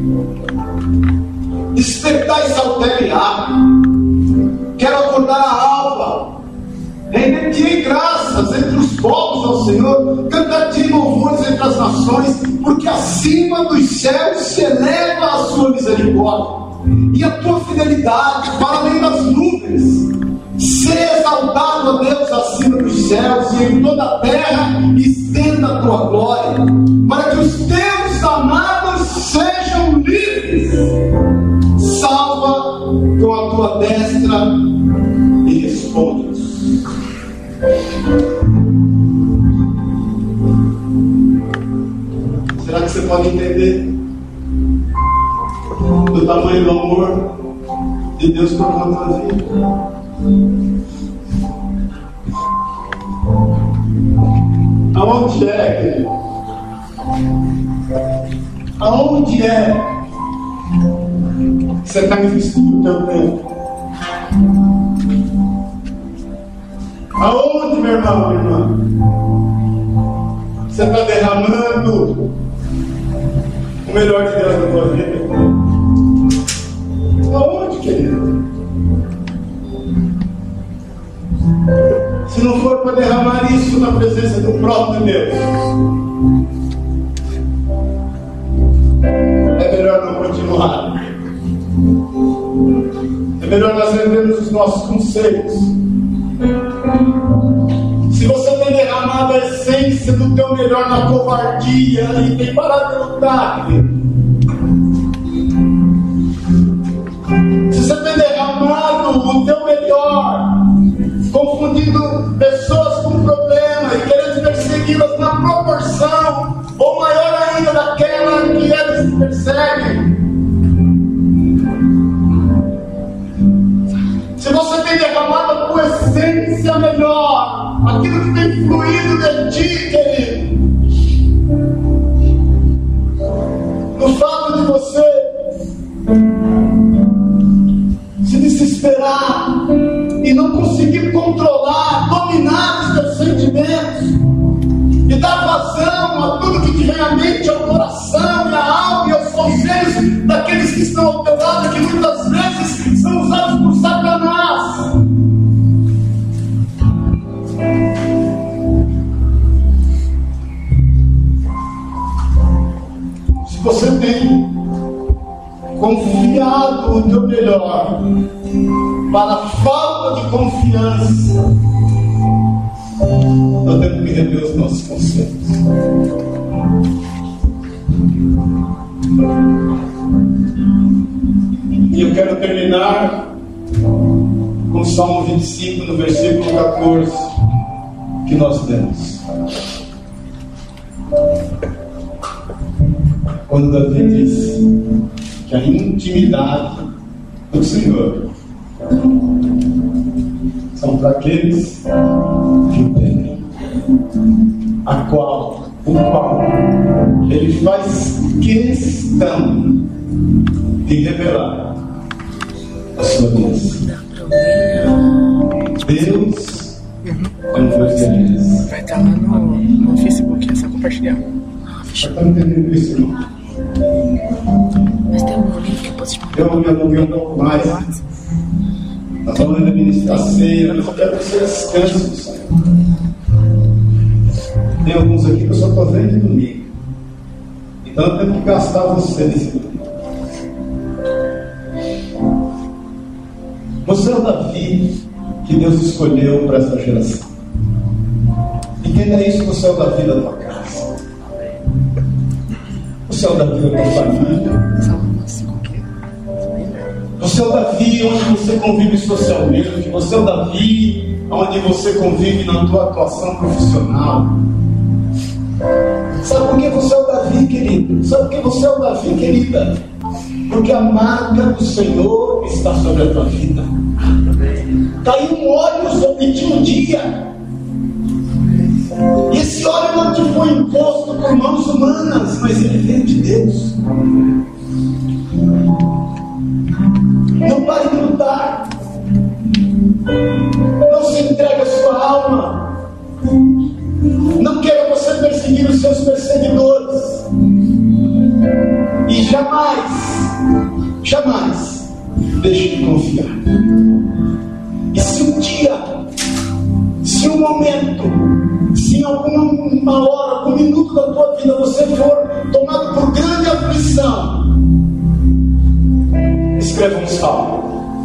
Despertai, saltério e abre. Quero acordar a alva. Render-te graças entre os povos ao Senhor, cantar-te louvores entre as nações, porque acima dos céus se eleva a sua misericórdia e a tua fidelidade para além das nuvens. Ser exaltado a Deus acima dos céus e em toda a terra estenda a tua glória, para que os teus amados sejam livres. Salva com a tua destra e responde-os. Será que você pode entender do tamanho do amor de Deus por conta da vida? Aonde é, querido? Aonde é que você está investindo o teu tempo? Aonde, meu irmão, minha irmã, você está derramando o melhor de Deus na tua vida? Aonde, querido? Se não for para derramar isso na presença do próprio Deus, é melhor não continuar. É melhor nós vendermos os nossos conceitos. Se você tem derramado a essência do teu melhor na covardia e tem parado de lutar, se você tem derramado o teu melhor, confundindo pessoas com problema e querendo persegui-las na proporção ou maior ainda daquela que eles perseguem, se você tem derramado a tua essência melhor, aquilo que tem fluído de ti, querido, no fato de você se desesperar e não conseguir controlar, dominar os teus sentimentos e dar vazão a tudo que te vem à mente, ao coração e à alma e aos conselhos daqueles que estão ao teu lado, que muitas vezes são usados por Satanás. Se você tem confiado o teu melhor para a falta de confiança, nós temos que rever os nossos conceitos. E eu quero terminar com o Salmo 25, no versículo 14, que nós lemos. Quando Davi disse que a intimidade do Senhor são para aqueles que o temem, o qual ele faz questão de revelar a sua Deus. Deus é um Deus de aliança. Vai estar lá no Facebook, é só compartilhar. Você está entendendo isso, irmão? Mas tem um link que eu posso te mandar. Eu não vi um pouco mais. Nós vamos administrar a ceia, mas eu quero que você descanse do Senhor. Tem alguns aqui que eu só estou vendo domingo. Então eu tenho que gastar você nesse domingo. Você é o Davi que Deus escolheu para essa geração. Entenda isso, você é o Davi da tua casa. Você é o Davi da tua família. Você é o Davi onde você convive socialmente. Você é o Davi onde você convive na tua atuação profissional. Sabe por que você é o Davi, querido? Sabe por que você é o Davi, querida? Porque a marca do Senhor está sobre a tua vida. Caiu um óleo sobre ti um dia. E esse óleo não te foi imposto por mãos humanas, mas ele veio de Deus. Não pare de lutar. Não se entregue a sua alma. Não queira você perseguir os seus perseguidores. E jamais deixe de confiar. E se um dia, se um momento, se em alguma hora, algum minuto da tua vida você for tomado por grande aflição, escreva um salmo.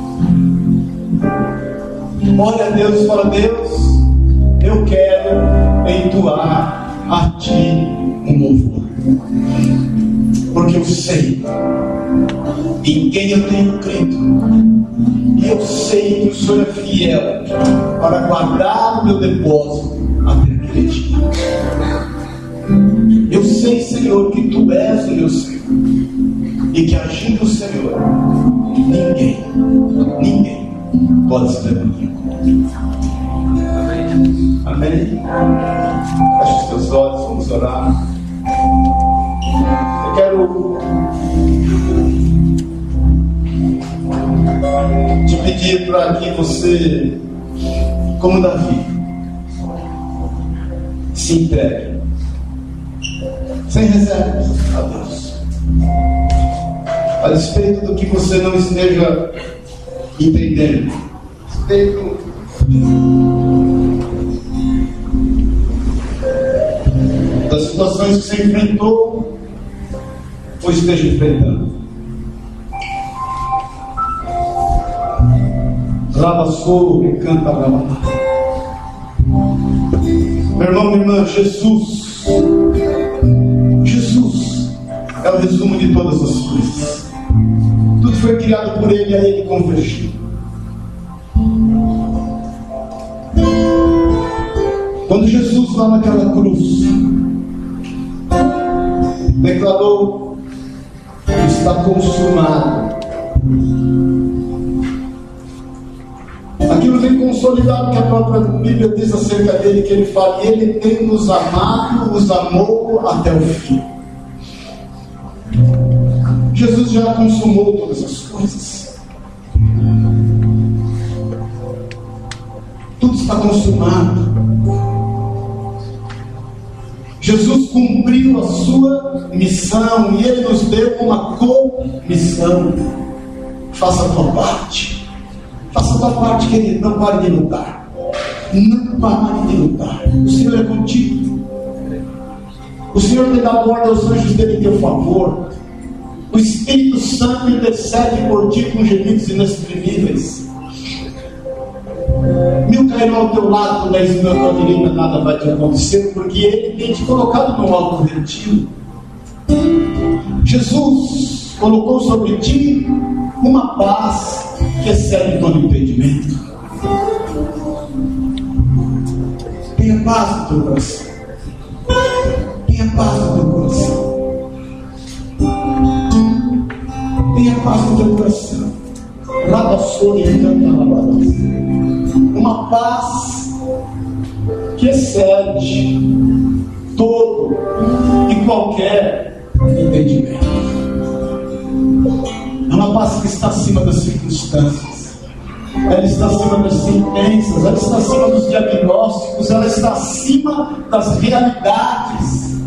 Ore a Deus e fala: Deus, eu quero entoar a Ti um louvor, porque eu sei em quem eu tenho crido, e eu sei que o Senhor é fiel para guardar o meu depósito até aquele dia. Eu sei, Senhor, que Tu és o meu Senhor, e que agindo o Senhor, ninguém pode se levantar. Amém? Feche os teus olhos, vamos orar. Eu quero te pedir para que você, como Davi, se entregue sem reservas a Deus, a despeito do que você não esteja entendendo, a despeito das situações que você enfrentou ou esteja enfrentando. Rabassou e canta Rabá. Meu irmão, minha irmã, Jesus é o resumo de todas as coisas. Tudo foi criado por Ele, a Ele convergiu. Quando Jesus lá naquela cruz declarou: está consumado, aquilo vem consolidado que a própria Bíblia diz acerca dele, que ele fala: e ele tem nos amado, nos amou até o fim. Jesus já consumou todas as coisas. Tudo está consumado. Jesus cumpriu a sua missão e Ele nos deu uma comissão. Faça a tua parte. Faça a tua parte, querido. Não pare de lutar. Não pare de lutar. O Senhor é contigo. O Senhor tem dado ordem aos anjos dele em teu favor. O Espírito Santo intercede por ti com gemidos inexprimíveis. 1000 cairão ao teu lado, 10.000 à tua direita, nada vai te acontecer, porque Ele tem te colocado no alto retiro. Jesus colocou sobre ti uma paz que excede todo entendimento. Tenha paz no teu coração. Tenha paz no teu coração. Tenha paz no teu coração. Rabassou e canta Rabá. Uma paz que excede todo e qualquer entendimento. É uma paz que está acima das circunstâncias. Ela está acima das sentenças. Ela está acima dos diagnósticos. Ela está acima das realidades.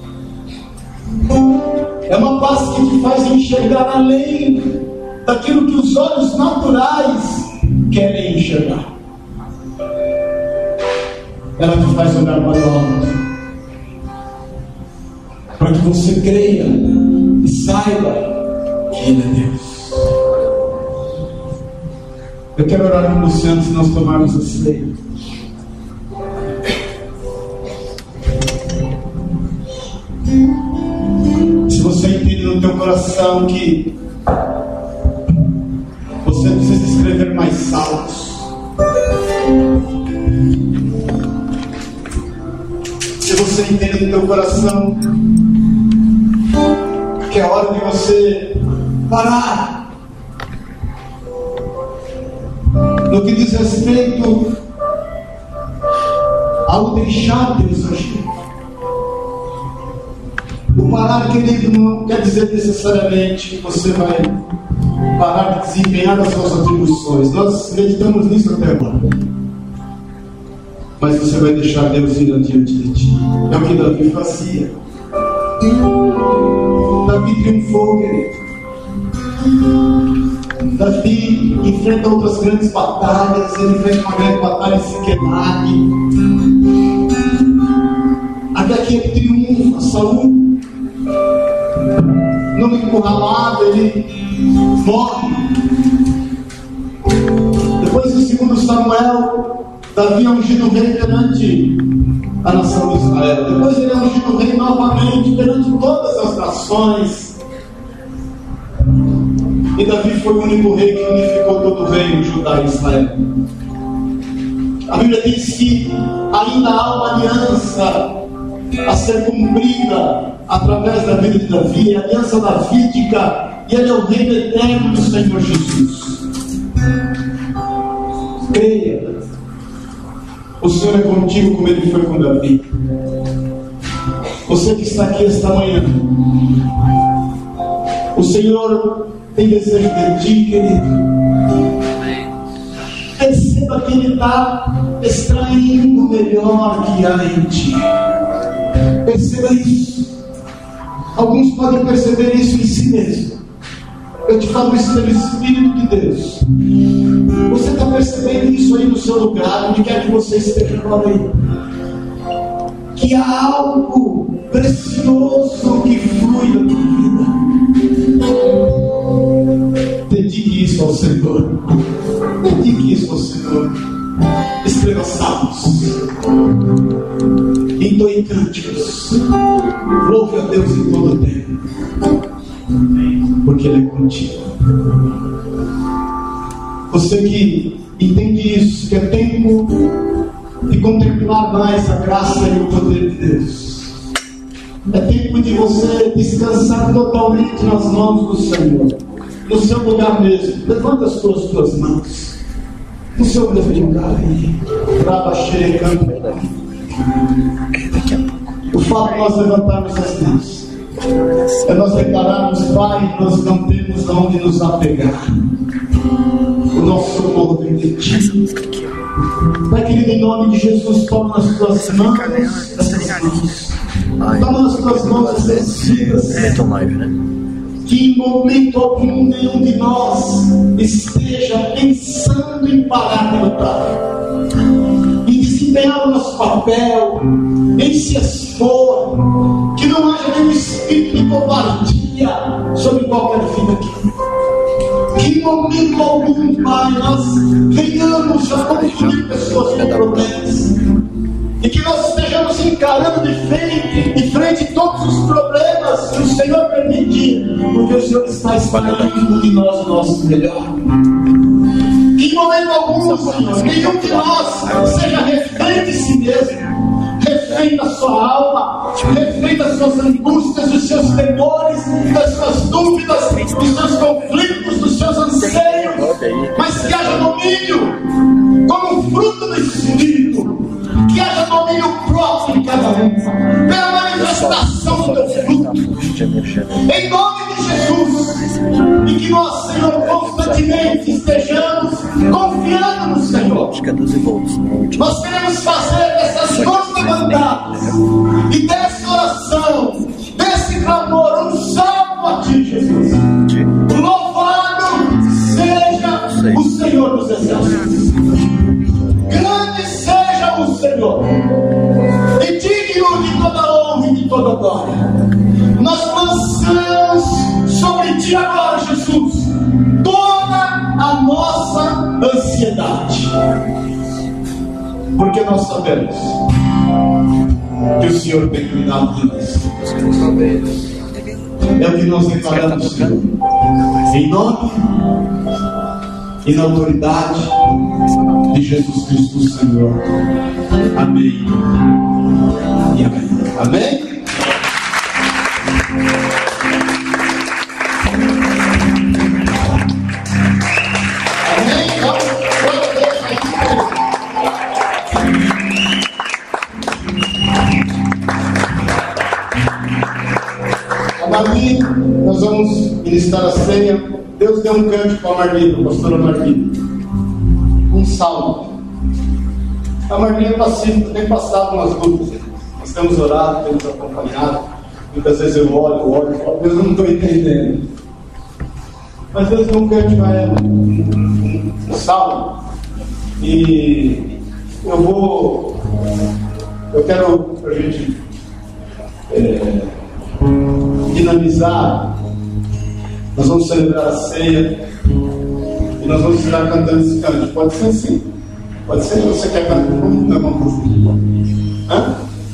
É uma paz que te faz enxergar além daquilo que os olhos naturais querem enxergar. Ela te faz olhar para o alto, para que você creia e saiba que Ele é Deus. Eu quero orar com você antes de nós tomarmos a ceia. Se você entende no teu coração que você precisa escrever mais salmos, se você entende no teu coração que é hora de você parar no que diz respeito ao deixar Deus agir. O parar, querido, não quer dizer necessariamente que você vai parar de desempenhar as suas atribuições. Nós meditamos nisso até agora. Mas você vai deixar Deus ir adiante de ti. É o que Davi fazia. Davi triunfou, querido. Davi enfrenta outras grandes batalhas. Ele enfrenta uma grande batalha em Siquelag. Até que ele triunfa. Saul, não encurralado, ele morre. Depois do segundo Samuel, Davi é ungido rei perante a nação de Israel. Depois ele é ungido rei novamente perante todas as nações. E Davi foi o único rei que unificou todo o reino de Judá e Israel. A Bíblia diz que ainda há uma aliança a ser cumprida através da vida de Davi, a aliança davídica, e ele é o reino eterno do Senhor Jesus. Creia, o Senhor é contigo como Ele foi com Davi. Você que está aqui esta manhã, Senhor tem desejo de ti, querido. Perceba que Ele está extraindo o melhor que há em ti. Perceba isso. Alguns podem perceber isso em si mesmo. Eu te falo isso pelo Espírito de Deus. Você está percebendo isso aí no seu lugar, onde quer que você esteja agora aí? Que há algo precioso que flui da tua vida. Dedique isso ao Senhor. Dedique isso ao Senhor. Escreva salmos, entoe cânticos, louve a Deus em todo o tempo, porque Ele é contigo. Você que entende isso, que é tempo de contemplar mais a graça e o poder de Deus, é tempo de você descansar totalmente nas mãos do Senhor, no seu lugar mesmo. Levanta as tuas mãos no seu mesmo lugar aí. O fato de nós levantarmos as mãos é nós declararmos: Pai, nós não temos aonde nos apegar. O nosso socorro vem de ti. Pai querido, em nome de Jesus, toma nas tuas mãos essas mãos. Toma nas tuas mãos essas vidas. Que em momento algum nenhum de nós esteja pensando em parar de lutar, em desempenhar o nosso papel, em se expor, que não haja nenhum espírito de covardia sobre qualquer vida aqui. Que em momento algum, Pai, nós venhamos a confundir pessoas com problemas, e que nós estejamos encarando de frente todos os problemas que o Senhor permitir, porque o Senhor está espalhando de nós o nosso melhor. Que em momento algum, Senhor, nenhum de nós seja refém de si mesmo, refém da sua alma, refém das suas angústias, dos seus temores, das suas dúvidas, dos seus conflitos, dos seus anseios, mas que haja domínio como fruto do Espírito, que haja domínio próprio em cada um, pela manifestação do teu fruto, em nome de Jesus. E que nós, Senhor, constantemente estejamos confiando no Senhor. Nós queremos fazer essas mãos levantadas e dessa oração, desse clamor, um salmo a ti, Jesus. Louvado seja o Senhor dos Exércitos. Grande seja o Senhor, e digno de toda honra e de toda glória. Nós lançamos sobre ti agora, Jesus, toda a nossa ansiedade, porque nós sabemos que o Senhor tem cuidado de nós. É o que nós declaramos, Senhor, em nome e na autoridade de Jesus Cristo, Senhor. Amém e amém. Amém? Marli, nós vamos ministrar a ceia. Deus deu um cântico para a Marli, para a pastora Marli, um salmo. A Marli é pacífica, tem passado umas dúvidas. Nós temos orado, temos acompanhado. Muitas vezes eu olho, Deus, não estou entendendo. Mas Deus deu um cântico a ela, um salmo. E eu quero para a gente dinamizar. Nós vamos celebrar a ceia e nós vamos estar cantando esse canto. Pode ser assim? Pode ser? Você quer cantar? Hã?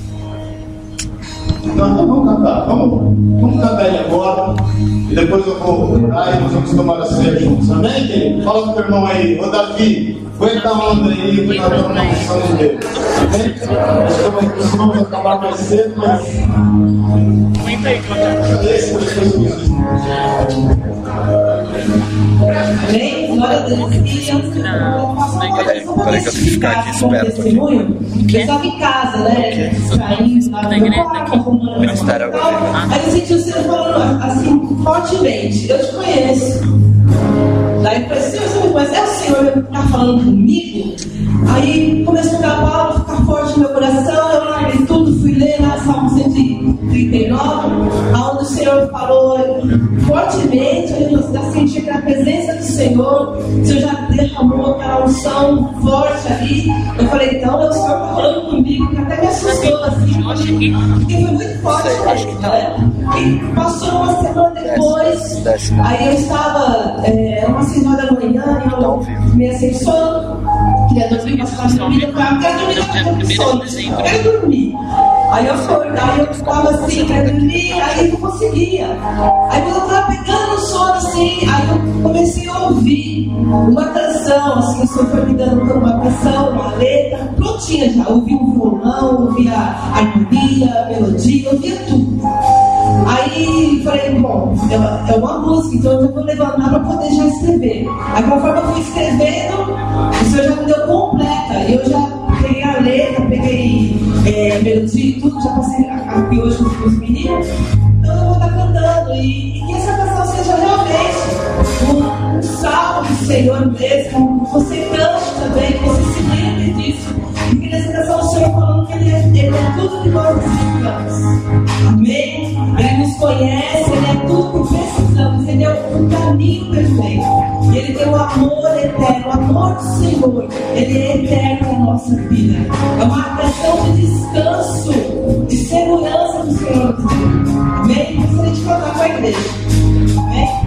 Então vamos cantar. Vamos cantar ele agora e depois eu vou orar e nós vamos tomar a ceia juntos. Amém, querido? Fala com o teu irmão aí. Ô Davi, aguenta a onda aí que nós estamos na missão dele. Amém? Nós vamos acabar mais cedo, mas Amém? glória a Deus. E antes de eu passar uma coisa, só pra ver se testemunho. Eu estava em casa, né? Saindo lá no meu quarto, arrumando meu tal. Aí eu senti o Senhor falando assim, fortemente: eu te conheço. Daí eu falei: Senhor, você me conhece? É o Senhor que está falando comigo? Aí começou a palavra ficar forte no meu coração. Eu larguei tudo, fui ler lá Salmo 139, onde o Senhor falou fortemente. Eu já senti que na presença do Senhor, o Senhor já derramou aquela unção forte ali. Eu falei: então o Senhor está falando comigo, que até me assustou assim, porque foi muito forte, né? E passou uma semana depois, aí eu estava, era umas 6 horas da manhã, e eu meio sem sono, queria dormir, mas estava dormindo, eu quero dormir. Aí eu ficava assim, quero dormir, aí eu não conseguia. Aí quando eu estava pegando o sono assim, aí eu comecei a ouvir uma canção, assim, o Senhor foi me dando uma canção, uma letra, prontinha já. Ouvi o violão, ouvi a harmonia, a melodia, ouvia tudo. Aí falei: bom, é uma música, então eu vou levantar para poder já escrever. Aí conforme eu fui escrevendo, o Senhor já me deu completa. E eu já peguei a letra, peguei melodia e tudo, já passei aqui hoje com os meninos. Então eu vou estar cantando. E que essa canção seja realmente um salmo do Senhor mesmo. Você cante também, que você se lembre disso. E que nessa canção o Senhor falando que Ele é tudo que nós precisamos. Amém? Ele nos conhece, Ele é tudo que precisamos. Ele é o caminho perfeito. E Ele tem o amor eterno, o amor do Senhor. Ele é eterno na nossa vida. É uma canção de descanso, de segurança do Senhor. Amém? Gostaria de cantar com a igreja. Amém?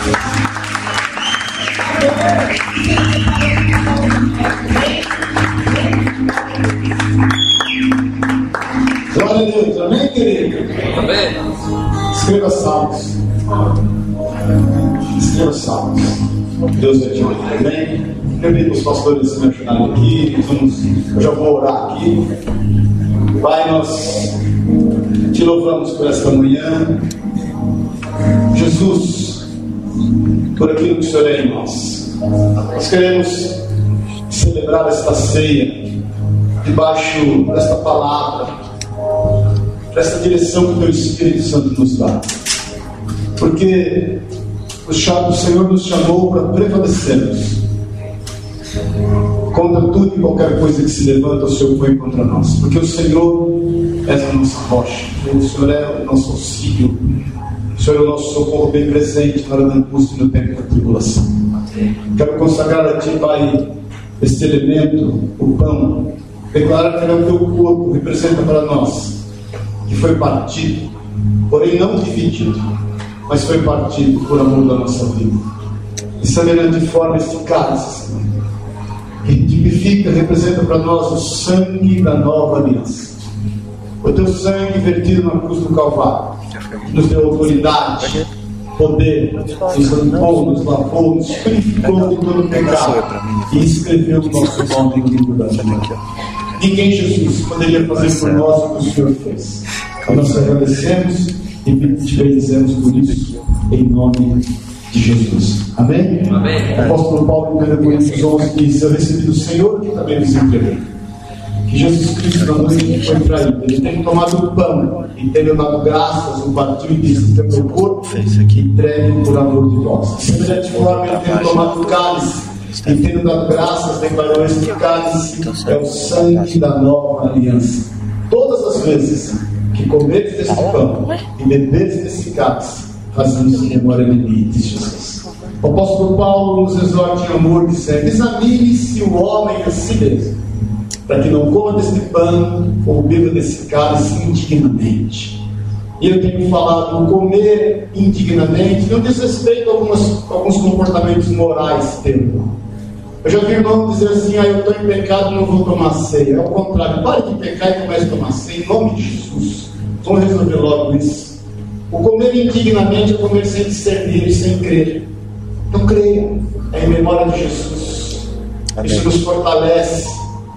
Glória a Deus, amém, querido? Amém. Escreva salmos. Escreva salmos. Deus te ajude, amém? Eu pedi para os pastores me ajudarem aqui. Eu já vou orar aqui. Pai, nós te louvamos por esta manhã. Jesus, por aquilo que o Senhor é em nós. Nós queremos celebrar esta ceia debaixo desta palavra, desta direção que o Teu Espírito Santo nos dá. Porque o Senhor nos chamou para prevalecermos contra tudo e qualquer coisa que se levanta ou se opõe contra nós. Porque o Senhor é a nossa rocha, o Senhor é o nosso auxílio, o Senhor é o nosso socorro bem presente na hora da angústia e no tempo da tribulação. Quero consagrar a Ti, Pai, este elemento, o pão, declarar que ele é o Teu corpo, representa para nós, que foi partido, porém não dividido, mas foi partido por amor da nossa vida. E semelhante forma este cálice, Senhor, que tipifica, representa para nós o sangue da nova aliança. O Teu sangue vertido na cruz do Calvário, que nos deu autoridade, poder, nos limpou, nos lavou, nos purificou de todo pecado e escreveu o nosso nome no livro da vida. Ninguém, Jesus, poderia fazer por nós o que o Senhor fez. E nós agradecemos e te bendizemos por isso, em nome de Jesus. Amém? Amém. O apóstolo Paulo, em 1 Coríntios 11, diz: eu recebi do Senhor que também vos entreguei. Que Jesus Cristo, na noite que foi traído, ele tem tomado o pão e tendo dado graças, o partiu e disse: o meu corpo entregue por amor de vós. Semelhante forma, ele tem tomado o cálice e tendo dado graças, declarou: este cálice é o sangue da nova aliança. Todas as vezes que comeres desse pão e beberes desse cálice, fazemos em memória de mim, diz Jesus. O apóstolo Paulo nos exorta em amor, dizendo: examine-se o homem a si mesmo, para que não coma deste pão ou beba desse cálice indignamente. E eu tenho falado, comer indignamente não diz respeito a alguns comportamentos morais tendo. Eu já vi irmão dizer assim: eu estou em pecado, não vou tomar ceia. Ao contrário, pare de pecar e comece a tomar ceia em nome de Jesus. Vamos resolver logo isso. O comer indignamente é comer sem discernir e sem crer. Então creiam, é em memória de Jesus. Amém. Isso nos fortalece.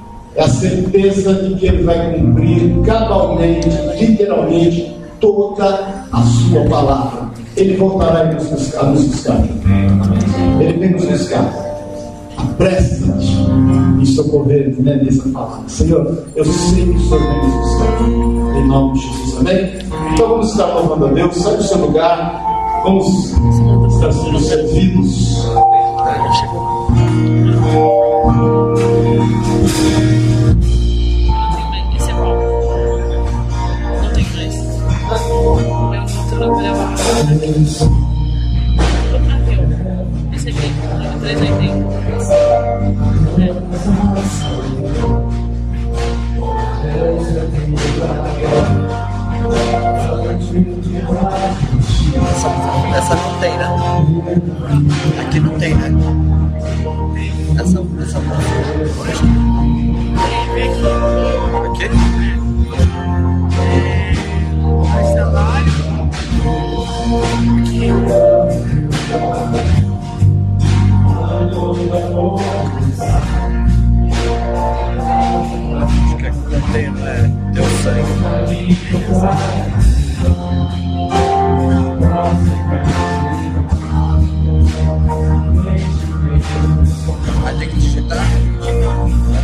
É a certeza de que Ele vai cumprir cabalmente, literalmente, toda a sua palavra. Ele voltará a nos buscar. Ele vem nos buscar. Apressa-te em socorrer nessa palavra. Senhor, eu sei que o Senhor vem nos buscar. Em nome de Jesus, amém? Então vamos estar louvando a Deus. Sai do seu lugar. Vamos estar sendo servidos. Esse é bom. Não tem mais. Esse aqui, 380. Essa não tem, né? Aqui não tem, né? Essa não. Aqui? Salário. Acho que aqui não tem, não é? Teu sangue. Vai ter que digitar.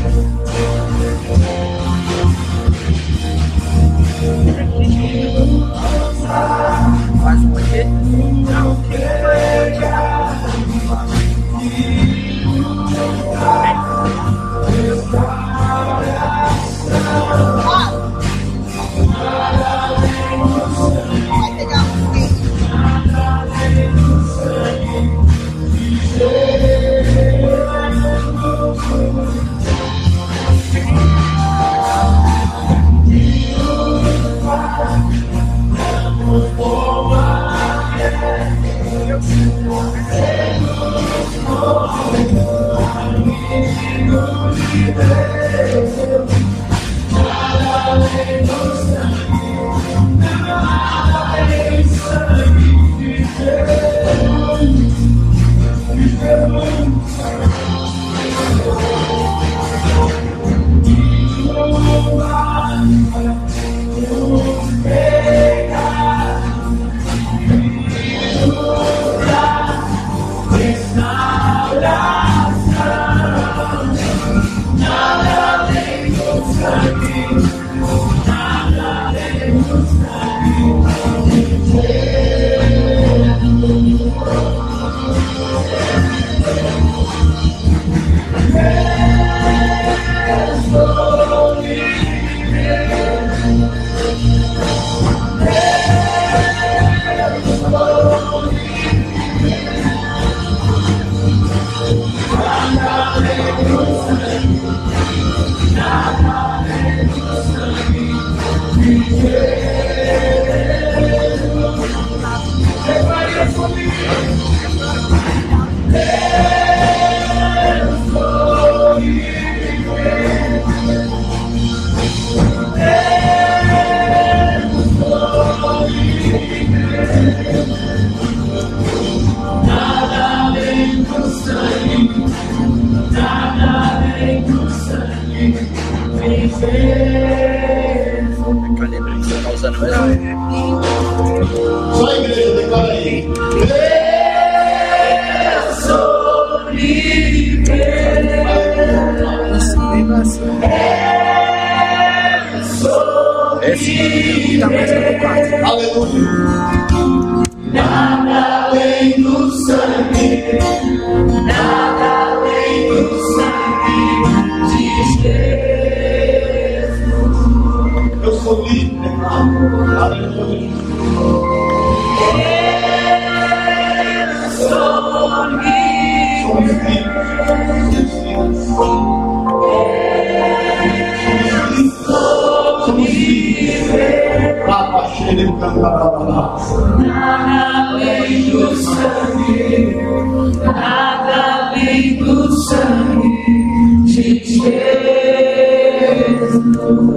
Só a igreja declara aí. Eu sou livre. Eu sou livre. Aleluia. Nada além do sangue. Nada além do sangue de Jesus. Eu sou livre. Aleluia. Nada além do sangue, nada além do sangue de Jesus.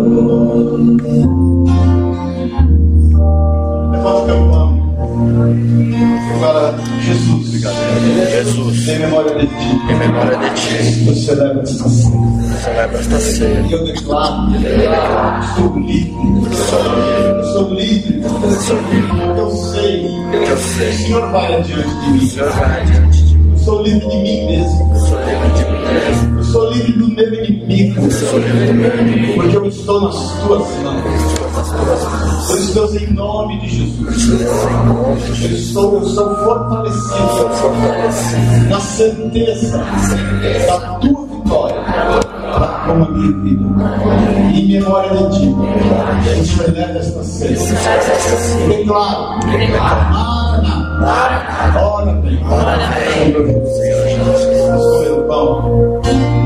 Levanta teu mão. Agora, Jesus. Jesus. Em memória de ti. Em memória de ti. Eu celebro esta ceia. Celebra esta ceia. E eu declaro. Estou livre. Sou livre. Eu sei. O Senhor vai adiante de mim. Eu sou livre de mim mesmo. Eu sou livre do meu inimigo. Porque eu estou nas tuas mãos. Eu estou em nome de Jesus. Eu sou fortalecido na certeza da tua vitória com a minha vida. Em memória de ti, eu celebro esta ceia. Declaro, ora bem, Senhor Jesus. Vamos comer o pão.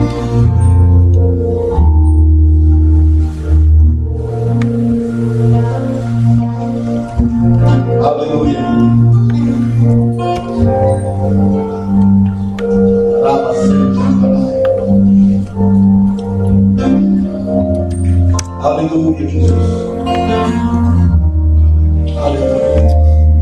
Aleluia. Aleluia, Jesus. Aleluia.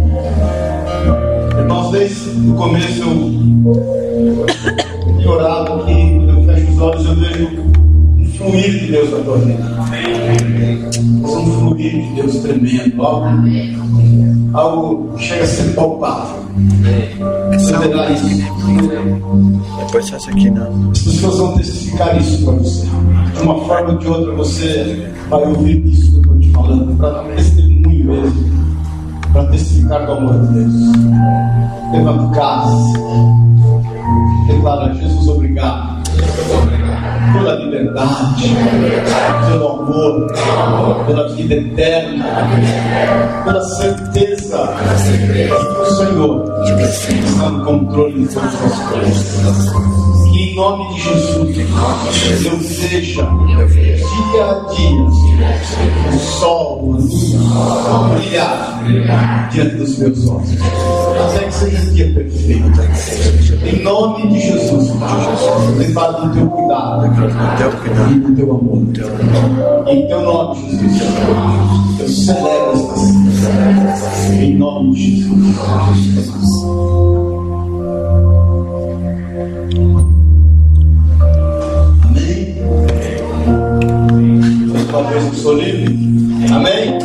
Irmãos, desde o começo eu tenho orado aqui, quando eu fecho os olhos eu vejo um fluir de Deus na tua vida. Mas um fluir de Deus tremendo, algo que chega a ser palpável. Você verá isso. Depois faz aqui, não. As pessoas vão testificar isso para você. De uma forma ou de outra você vai ouvir isso que eu estou te falando, para dar um testemunho mesmo, para testificar do amor de Deus. Levanta casa. Declara: Jesus, obrigado pela liberdade, pelo amor, pela vida eterna, pela certeza de que o Senhor está no controle de todas as coisas. Que em nome de Jesus eu veja dia a dia o sol, a lua brilhar diante dos meus olhos. Até que seja um dia perfeito. Em nome de Jesus, lembrado do teu cuidado e do teu amor. Em teu nome, Jesus, eu celebro esta cena. Em nome de Jesus. Amém? Mais uma vez eu sou livre. Amém?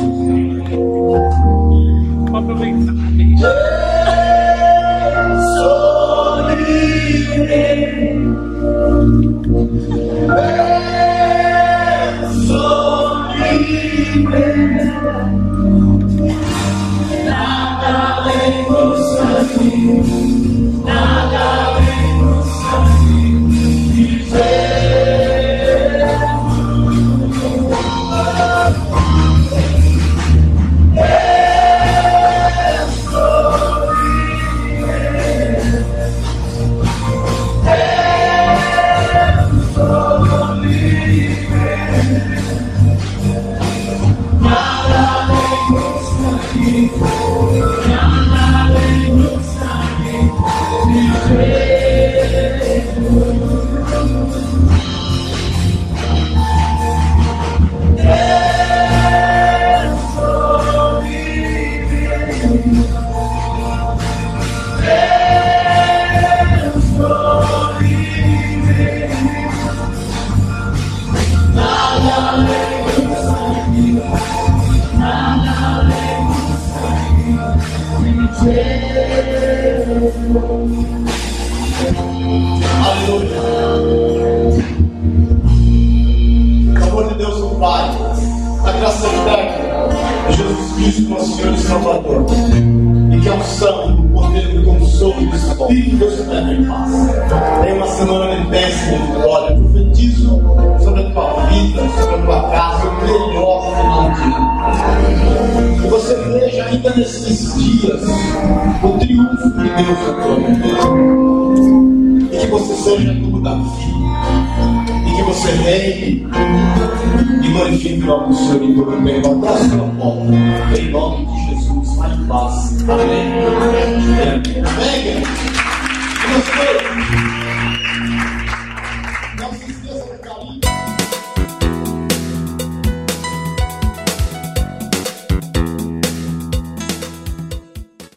Sou livre. Sou livre. Nada além do sangue, nada além do sangue, viver. Aleluia. O amor de Deus, o Pai, a graça eterna de Jesus Cristo, nosso Senhor e Salvador, e que a unção, o poder, o consolo do Espírito Deus eterno em paz. Tenha uma semana de bênção e glória. Profetizo sobre a tua vida, sobre a tua casa, o melhor final de ano. Que você veja ainda nesses dias o triunfo de Deus na tua vida. E que você seja como Davi. E que você reine e glorifique o nome do Senhor em todo o tempo até a sua volta. Em nome de Jesus, vai em paz. Amém. Amém. Amém. Amém.